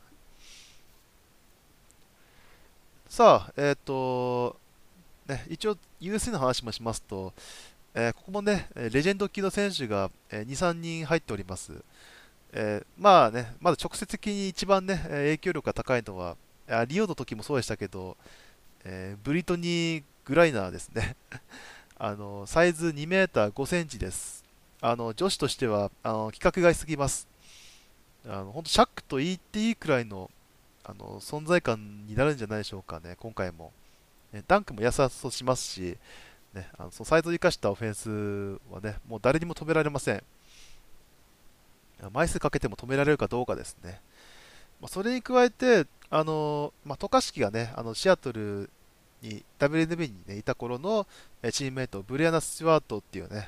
さあ、一応 USC の話もしますと、ここもね、レジェンド級の選手が、2、3人入っております。まだ直接的に一番ね、影響力が高いのは、リオの時もそうでしたけど、ブリトニー・グライナーですね。サイズ2メーター5センチです。女子としては規格外すぎます。本当シャックと言っていいくらいの存在感になるんじゃないでしょうかね、今回も。ダンクも優しさしますし、ね、そのサイズを生かしたオフェンスはね、もう誰にも止められません。 枚数かけても止められるかどうかですね。それに加えて、渡嘉敷がね、シアトルに、WNBA に、ね、いた頃のチームメイト、ブレアナ・スチュワートっていうね、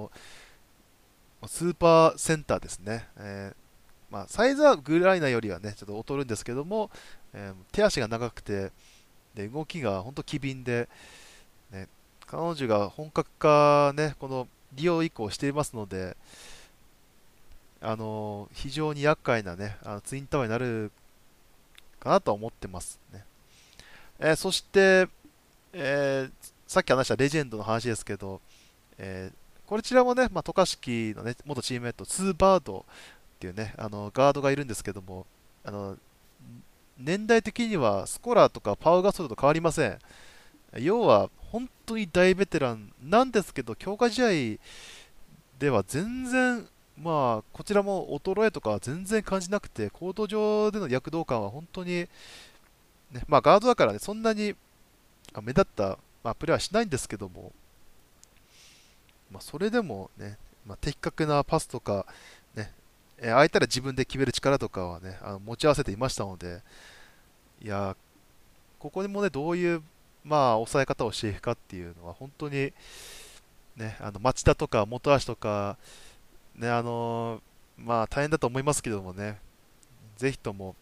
スーパーセンターですね。サイズはグライナよりはね、ちょっと劣るんですけども、手足が長くて、で動きが本当機敏で、ね、彼女が本格化、ね、このリオ以降していますので、非常に厄介な、ね、ツインタワーになるかなとは思ってますね。そして、えーさっき話したレジェンドの話ですけど、こちらもね、渡嘉敷の、ね、元チームメイト、ツーバードっていうね、ガードがいるんですけども、あの年代的にはスコラとかパウガソルと変わりません。要は、本当に大ベテランなんですけど、強化試合では全然、こちらも衰えとかは全然感じなくて、コート上での躍動感は本当に、ね、ガードだからね、そんなに目立った、プレーはしないんですけども、それでもね、的確なパスとか、ね、空いたら自分で決める力とかはね、持ち合わせていましたので、いや、ここにもね、どういう、抑え方をしていくかっていうのは、本当に、ね、町田とか本橋とか、ね、大変だと思いますけどもね、ぜひとも、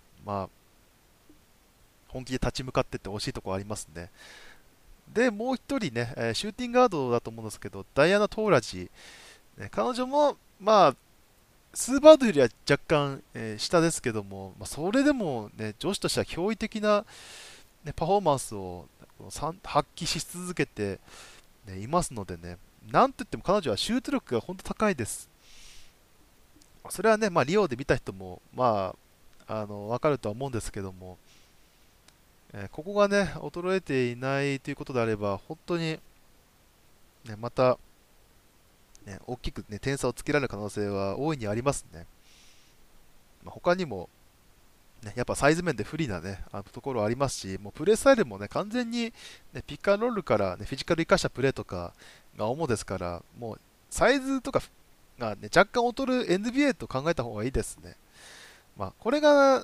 本気で立ち向かっていってほしいところありますね。で、もう一人ね、シューティングガードだと思うんですけど、ダイアナ・トーラジ、ね、彼女も、スーパードよりは若干、下ですけども、それでも、ね、女子としては驚異的な、ね、パフォーマンスを発揮し続けて、ね、いますのでね、なんといっても彼女はシュート力が本当高いです。それはね、リオで見た人も、分かるとは思うんですけども、ここがね、衰えていないということであれば、本当に、ね、また、ね、大きく、ね、点差をつけられる可能性は大いにありますね。他にも、ね、やっぱサイズ面で不利な、ね、ところありますし、もうプレースタイルも、ね、完全に、ね、ピックアンロールから、ね、フィジカル生かしたプレーとかが主ですから、もうサイズとかが、ね、若干劣る NBA と考えた方がいいですね。これが、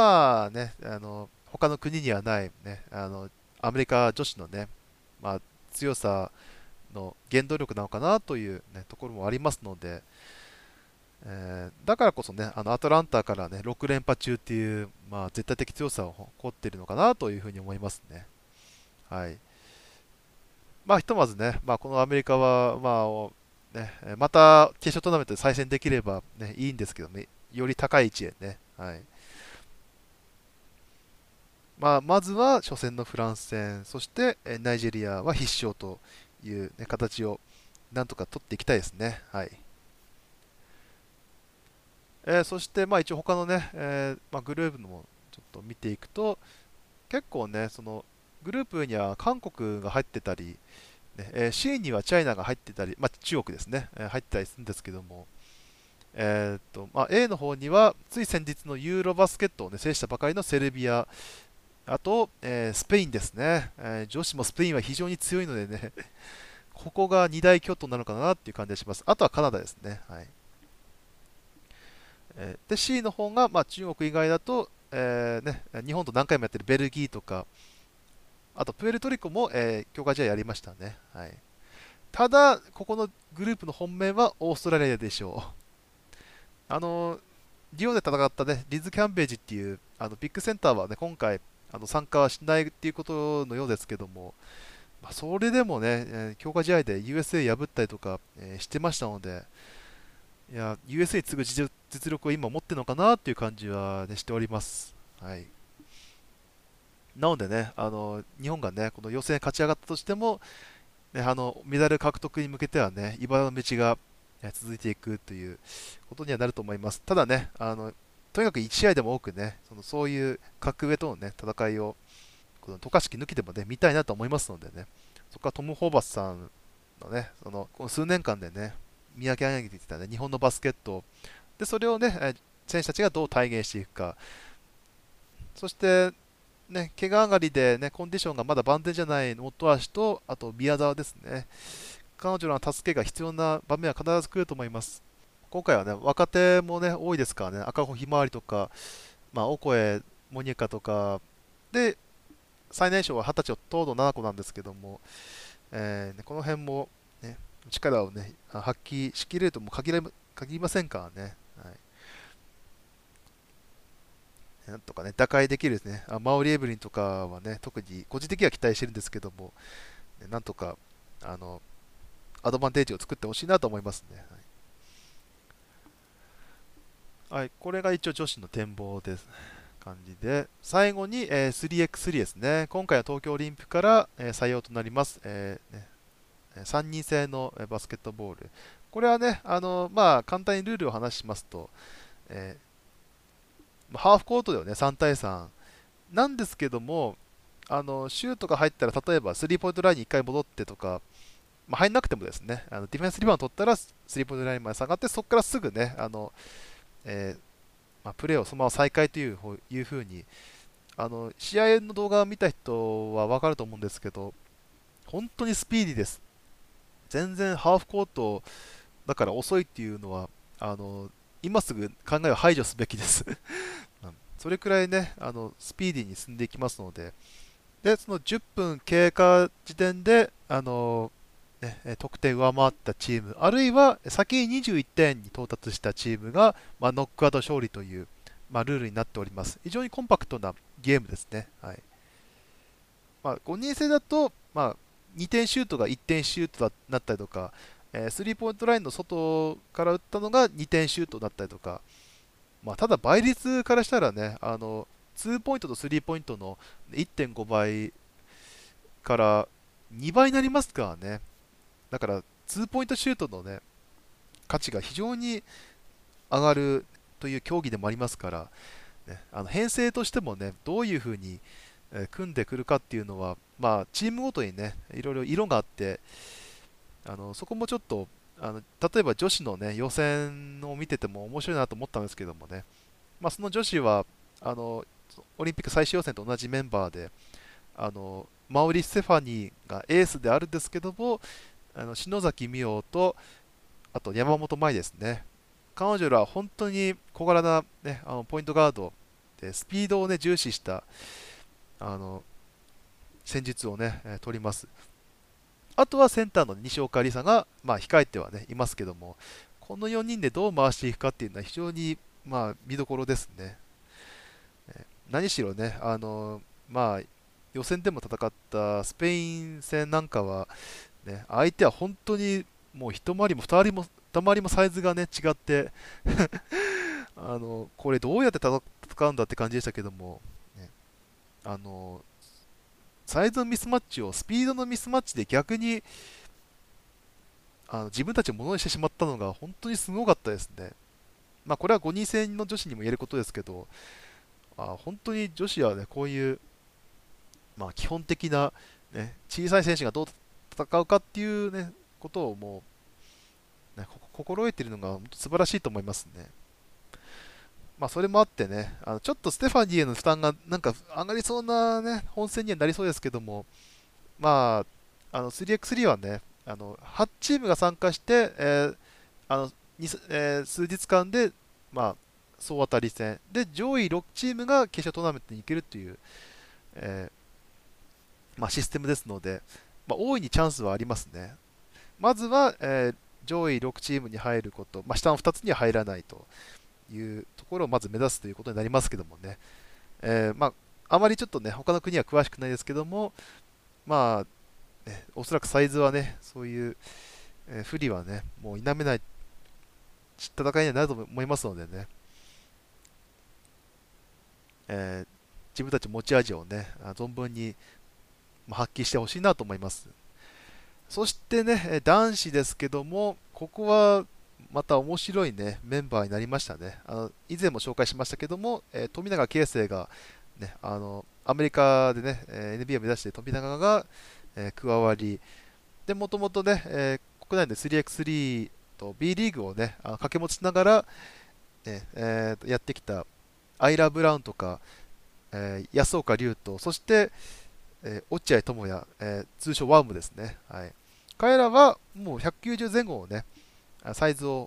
他の国にはない、ね、アメリカ女子のね、強さの原動力なのかなという、ね、ところもありますので、だからこそね、アトランタからね、6連覇中っていう、絶対的強さを誇っているのかなというふうに思いますね。はい。ひとまずね、このアメリカは、また決勝トーナメントで再戦できれば、ね、いいんですけどね、より高い位置へね、はい。まずは初戦のフランス戦、そしてナイジェリアは必勝という、ね、形をなんとか取っていきたいですね。はい。そして、一応他のね、グループのもちょっと見ていくと、結構ね、そのグループには韓国が入ってたり、ねC にはチャイナが入ってたり、中国ですね、入ってたりするんですけども、A の方にはつい先日のユーロバスケットを、ね、制したばかりのセルビア、あと、スペインですね、女子もスペインは非常に強いのでね、ここが2大巨頭なのかなっていう感じがします。あとはカナダですね。はい。で C の方が、中国以外だと、日本と何回もやってるベルギーとか、あとプエルトリコも、強化試合やりましたね。はい、ただ、ここのグループの本命はオーストラリアでしょう。リオで戦った、ね、リズ・キャンベージっていうビッグセンターは、ね、今回参加はしないっていうことのようですけども、それでもね、強化試合で USA 破ったりとか、してましたので、いや、USA に次ぐ実力を今持ってるのかなっていう感じは、ね、しております。はい。なのでね、日本がね、この予選勝ち上がったとしても、ね、メダル獲得に向けてはね、茨の道が続いていくということにはなると思います。ただね、とにかく1試合でも多くね、そういう格上との、ね、戦いを、この渡嘉敷抜きでもね、見たいなと思いますのでね、そこはトム・ホーバスさんのね、この数年間でね、見上げてきた、ね、日本のバスケットで、それをね、選手たちがどう体現していくか、そして、ね、怪我上がりで、ね、コンディションがまだ万全じゃない本橋と、あと宮澤ですね、彼女の助けが必要な場面は必ず来ると思います。こ今回はね、若手もね、多いですからね、赤穂ひまわりとか、オコエ、モニカとか、で、最年少は20歳の東堂七子なんですけども、この辺も、ね、力をね、発揮しきれるとも限りませんからね。はい、なんとかね、打開できるですね、マオリエブリンとかはね、特に個人的には期待してるんですけども、なんとか、あの、アドバンテージを作ってほしいなと思いますね。はい、はい、これが一応女子の展望です。感じで、最後に、3x3 ですね。今回は東京オリンピックから、採用となります。3人制のバスケットボール。これはね、簡単にルールを話しますと、ハーフコートではね、3対3なんですけども、シュートが入ったら、例えばスリーポイントラインに1回戻ってとか、入んなくてもですね、ディフェンスリバウンド取ったらスリーポイントラインまで下がって、そこからすぐね、えープレーをそのまま再開というふうに、試合の動画を見た人は分かると思うんですけど、本当にスピーディーです。全然ハーフコートだから遅いっていうのは、今すぐ考えを排除すべきですそれくらいね、スピーディーに進んでいきますので、その10分経過時点で、得点上回ったチーム、あるいは先に21点に到達したチームが、ノックアウト勝利という、ルールになっております。非常にコンパクトなゲームですね。はい、5人制だと、2点シュートが1点シュートになったりとか、スリーポイントラインの外から打ったのが2点シュートだったりとか、ただ倍率からしたらね、2ポイントと3ポイントの1.5倍から2倍になりますからね。だから、2ポイントシュートのね、価値が非常に上がるという競技でもありますから、ね、編成としてもね、どういうふうに組んでくるかっていうのは、チームごとにね、いろいろ色があって、そこもちょっと、例えば女子のね、予選を見てても面白いなと思ったんですけどもね、その女子は、オリンピック最終予選と同じメンバーで、マウリ・ステファニーがエースであるんですけども、篠崎美桜と、あと山本舞ですね。彼女らは本当に小柄な、ね、ポイントガードで、スピードを、ね、重視したあの戦術をね、取ります。あとはセンターの西岡里紗が、控えては、ね、いますけども、この4人でどう回していくかっていうのは非常に、見どころですね。何しろね、予選でも戦ったスペイン戦なんかは、ね、相手は本当にもう一回りも二回りもサイズが、ね、違ってこれどうやって戦うんだって感じでしたけども、ね、あのサイズのミスマッチをスピードのミスマッチで逆に自分たちをものにしてしまったのが本当にすごかったですね。これは5人制の女子にも言えることですけど、本当に女子は、ね、こういう、基本的な、ね、小さい選手がどう戦うかっていう、ね、ことをもう、ね、心得ているのが本当素晴らしいと思いますね。それもあってね、ちょっとステファニーへの負担がなんか上がりそうな、ね、本戦にはなりそうですけども、3x3 はね、8チームが参加して、あの数日間で、総当たり戦で上位6チームが決勝トーナメントに行けるという、えシステムですので、大いにチャンスはありますね。まずは、上位6チームに入ること、下の2つには入らないというところをまず目指すということになりますけどもね、あまりちょっとね、他の国は詳しくないですけども、おそらくサイズはね、そういう、不利はね、もう否めない戦いにはなると思いますのでね、自分たち持ち味をね、存分に発揮してほしいなと思います。そしてね、男子ですけども、ここはまた面白いね、メンバーになりましたね。以前も紹介しましたけども、富永啓生が、ね、アメリカでね、NBA を目指して富永が、加わり、で、もともとね、国内で 3x3 と B リーグをね、掛け持ちしながら、やってきたアイラ・ブラウンとか、安岡龍と、そして、落合智也、通称ワームですね。はい、彼らはもう190前後をね、サイズを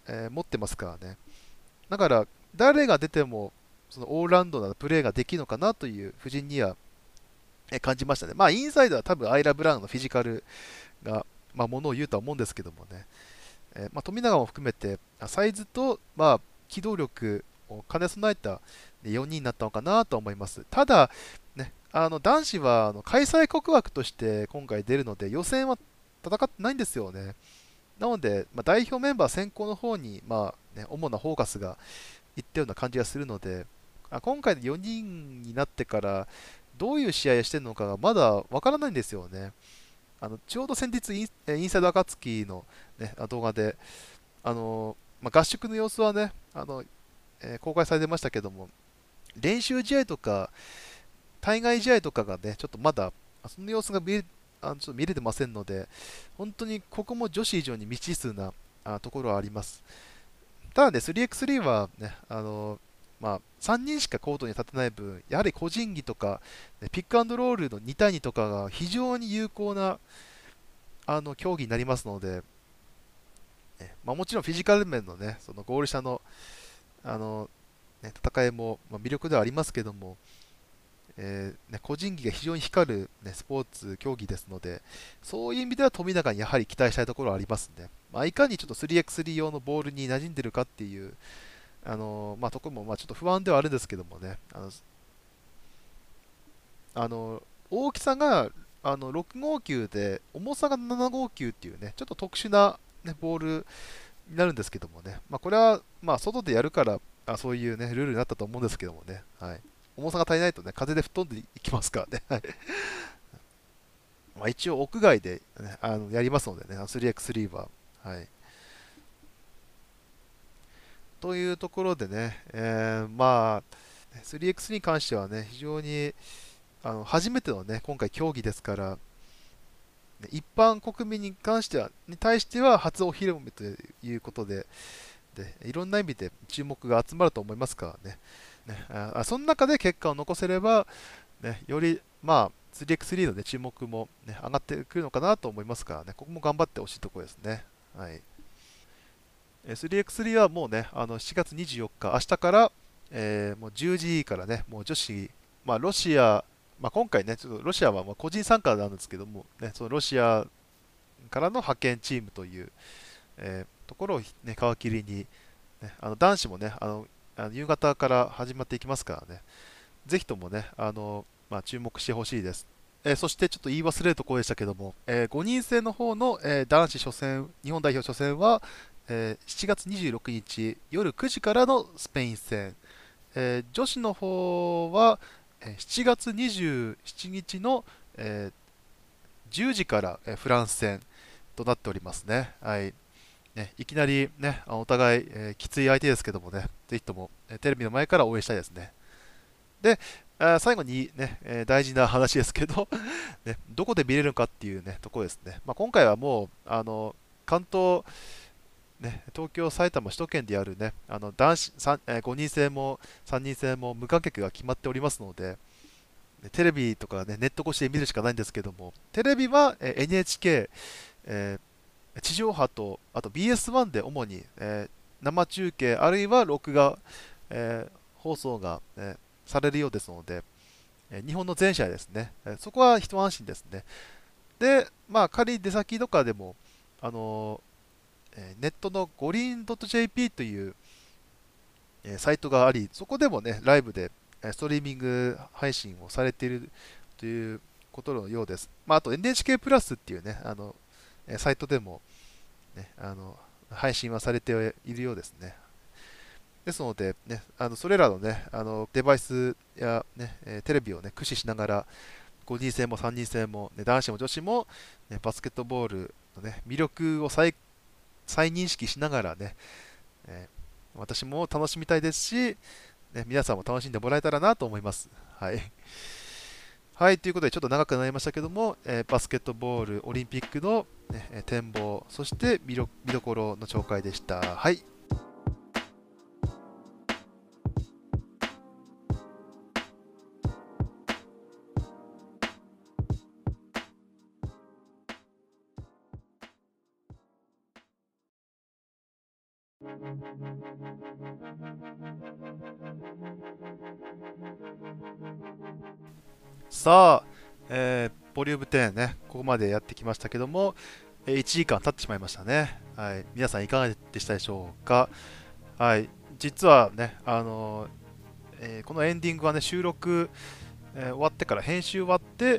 持ってますからね。だから、誰が出ても、そのオールラウンドなプレーができるのかなという布陣には感じましたね。まあ、インサイドは多分アイラ・ブラウンのフィジカルが、まあ、ものを言うとは思うんですけどもね。まあ、富永も含めて、サイズと、まあ、機動力を兼ね備えた4人になったのかなと思います。ただ、ね、男子は開催国枠として今回出るので、予選は戦ってないんですよね。なので、まあ、代表メンバー選考の方に、まあね、主なフォーカスがいったような感じがするので、今回で4人になってから、どういう試合をしてるのかがまだわからないんですよね。ちょうど先日インサイド暁の、ね、動画で、まあ、合宿の様子はね、公開されてましたけども、練習試合とか、対外試合とかがね、ちょっとまだ、その様子がちょっと見れてませんので、本当にここも女子以上に未知数なところはあります。ただね、3x3 はね、まあ、3人しかコートに立てない分、やはり個人技とか、ねピックアンドロールの2対2とかが非常に有効な競技になりますので、まあ、もちろんフィジカル面のね、そのゴール下の、あの戦いも、まあ、魅力ではありますけども、ね、個人技が非常に光る、ね、スポーツ競技ですので、そういう意味では富永にやはり期待したいところはありますね。まあ、いかにちょっと 3x3 用のボールに馴染んでるかっていう、まあ、ところもまあちょっと不安ではあるんですけどもね、大きさが6号球で、重さが7号球っていうね、ちょっと特殊な、ね、ボールになるんですけどもね、まあ、これはまあ外でやるからそういう、ね、ルールになったと思うんですけどもね、はい、重さが足りないとね、風で吹っ飛んでいきますからね、はいまあ一応屋外で、ね、やりますのでね、3x3 は。はい、というところでね、まあ、3x に関してはね、非常に初めてのね、今回競技ですから、一般国民に対しては初お披露目ということで、いろんな意味で注目が集まると思いますからね。その中で結果を残せれば、ね、より、まあ、3x3 の、ね、注目も、ね、上がってくるのかなと思いますからね、ここも頑張ってほしいところですね。はい、3x3 はもうね、7月24日、明日から、もう10時からね、もう女子、まあ、ロシア、まあ、今回ね、ちょっとロシアはまあ個人参加なんですけども、ね、そのロシアからの派遣チームという、ところを、ね、皮切りに、ね、男子もね、夕方から始まっていきますからね、ぜひともね、まあ、注目してほしいです。そしてちょっと言い忘れるところでしたけども、5人制の方の、男子初戦、日本代表初戦は、7月26日夜9時からのスペイン戦、女子の方は、7月27日の、10時から、フランス戦となっておりますね。はい。ね、いきなりね、お互い、きつい相手ですけどもね、ぜひとも、テレビの前から応援したいですね。で、最後にね、大事な話ですけどね、どこで見れるのかっていうね、ところですね。まあ、今回はもう、関東、ね、東京、埼玉、首都圏でやるね、男子5人制も3人制も無観客が決まっておりますので、テレビとか、ね、ネット越しで見るしかないんですけども、テレビは、NHK、地上波と、あと BS1 で主に、生中継、あるいは録画、放送が、されるようですので、日本の全試合ですね、そこは一安心ですね。で、まあ、仮に出先とかでも、あのネットの五輪 .jp という、サイトがあり、そこでもね、ライブでストリーミング配信をされているということのようです。まあ、あと NHK プラスっていうね、サイトでも、ね、配信はされているようですね。ですので、ね、それらのね、デバイスや、ね、テレビをね、駆使しながら、5人制も3人制も、ね、男子も女子も、ね、バスケットボールの、ね、魅力を再認識しながらね、私も楽しみたいですし、ね、皆さんも楽しんでもらえたらなと思います。はい。はい、ということで、ちょっと長くなりましたけども、バスケットボールオリンピックの、ね、展望、そして見どころの紹介でした。はい。 さあ、ボリューム10ね、ここまでやってきましたけども、1時間経ってしまいましたね。はい、皆さんいかがでしたでしょうか。はい、実はね、このエンディングはね、収録、終わってから編集終わって、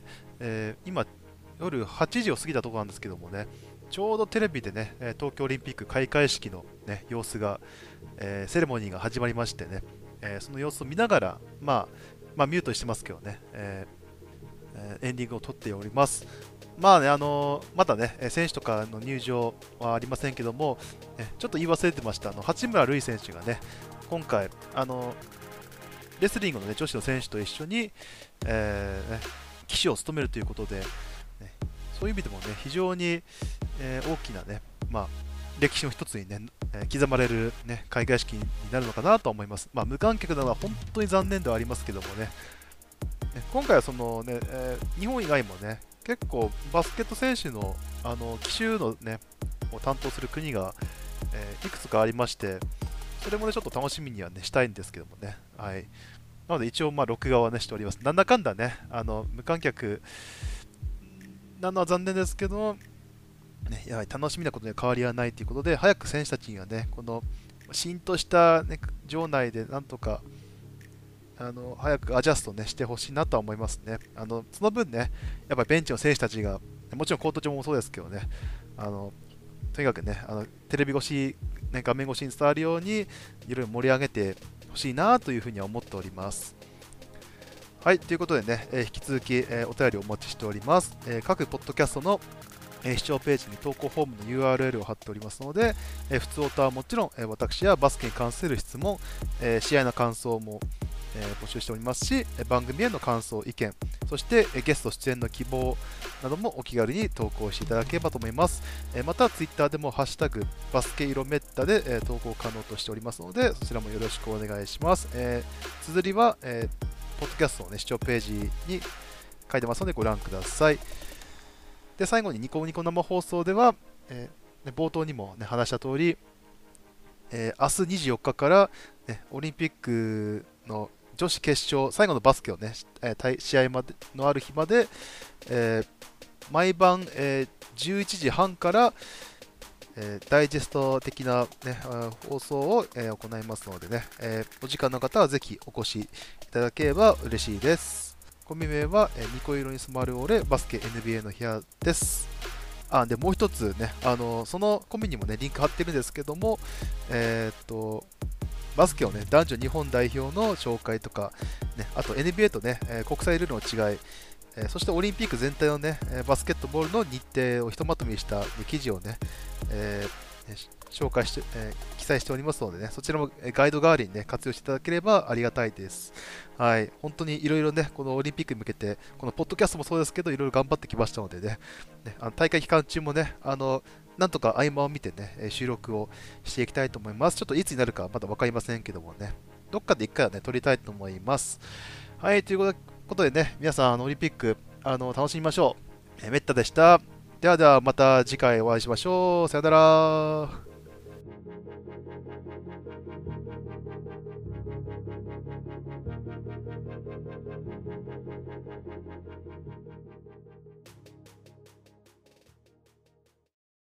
今、夜8時を過ぎたところなんですけどもね、ちょうどテレビでね、東京オリンピック開会式の、ね、様子が、セレモニーが始まりましてね、その様子を見ながら、ミュートしてますけどね、エンディングを撮っております。まあね、まだね、選手とかの入場はありませんけども、ちょっと言い忘れてました、八村塁選手がね、今回、レスリングの、ね、女子の選手と一緒に、旗手を務めるということで、ね、そういう意味でもね、非常に、大きなね、歴史の一つにね、刻まれる、ね、開会式になるのかなと思います。無観客なのは本当に残念ではありますけどもね、今回はそのね、日本以外もね、結構バスケット選手の旗手のね、を担当する国が、いくつかありまして、それもね、ちょっと楽しみにはね、したいんですけどもね。はい。なので一応、録画はね、しております。なんだかんだね、無観客なのは残念ですけど、ね、やはり楽しみなことには変わりはないということで、早く選手たちにはね、このシーンとした、ね、場内でなんとか早くアジャスト、ね、してほしいなとは思いますね。その分ね、やっぱりベンチの選手たちが、もちろんコート上もそうですけどね、とにかくね、テレビ越し、ね、画面越しに伝わるように、いろいろ盛り上げてほしいなというふうには思っております。はい、ということでね、引き続き、お便りをお待ちしております。各ポッドキャストの視聴ページに投稿フォームの URL を貼っておりますので、普通オタはもちろん、私やバスケに関する質問、試合の感想も、募集しておりますし、番組への感想、意見、そしてゲスト出演の希望などもお気軽に投稿していただければと思います。また、ツイッターでもハッシュタグバスケ色メッタで投稿可能としておりますので、そちらもよろしくお願いします。綴りは、ポッドキャストの、ね、視聴ページに書いてますのでご覧ください。で、最後にニコニコ生放送では、冒頭にも、ね、話した通り、明日24日から、オリンピックの女子決勝、最後のバスケをね、試合までのある日まで、毎晩、11時半から、ダイジェスト的な、ね、放送を、行いますのでね、お時間の方はぜひお越しいただければ嬉しいです。コンビ名は、ニコ色に染まる俺バスケ NBA の部屋です。でもう一つね、そのコンビにもね、リンク貼ってるんですけども、バスケをね、男女日本代表の紹介とか、ね、あと NBA とね、国際ルールの違い、そしてオリンピック全体のね、バスケットボールの日程をひとまとめにした記事をね、紹介して、記載しておりますのでね、そちらもガイド代わりにね、活用していただければありがたいです。はい、本当にいろいろね、このオリンピックに向けて、このポッドキャストもそうですけど、いろいろ頑張ってきましたのでね、大会期間中もね、なんとか合間を見てね、収録をしていきたいと思います。ちょっといつになるかまだ分かりませんけどもね、どっかで1回はね、撮りたいと思います。はい、ということでね、皆さん、オリンピック、楽しみましょう。めったでした。ではまた次回お会いしましょう。さよなら。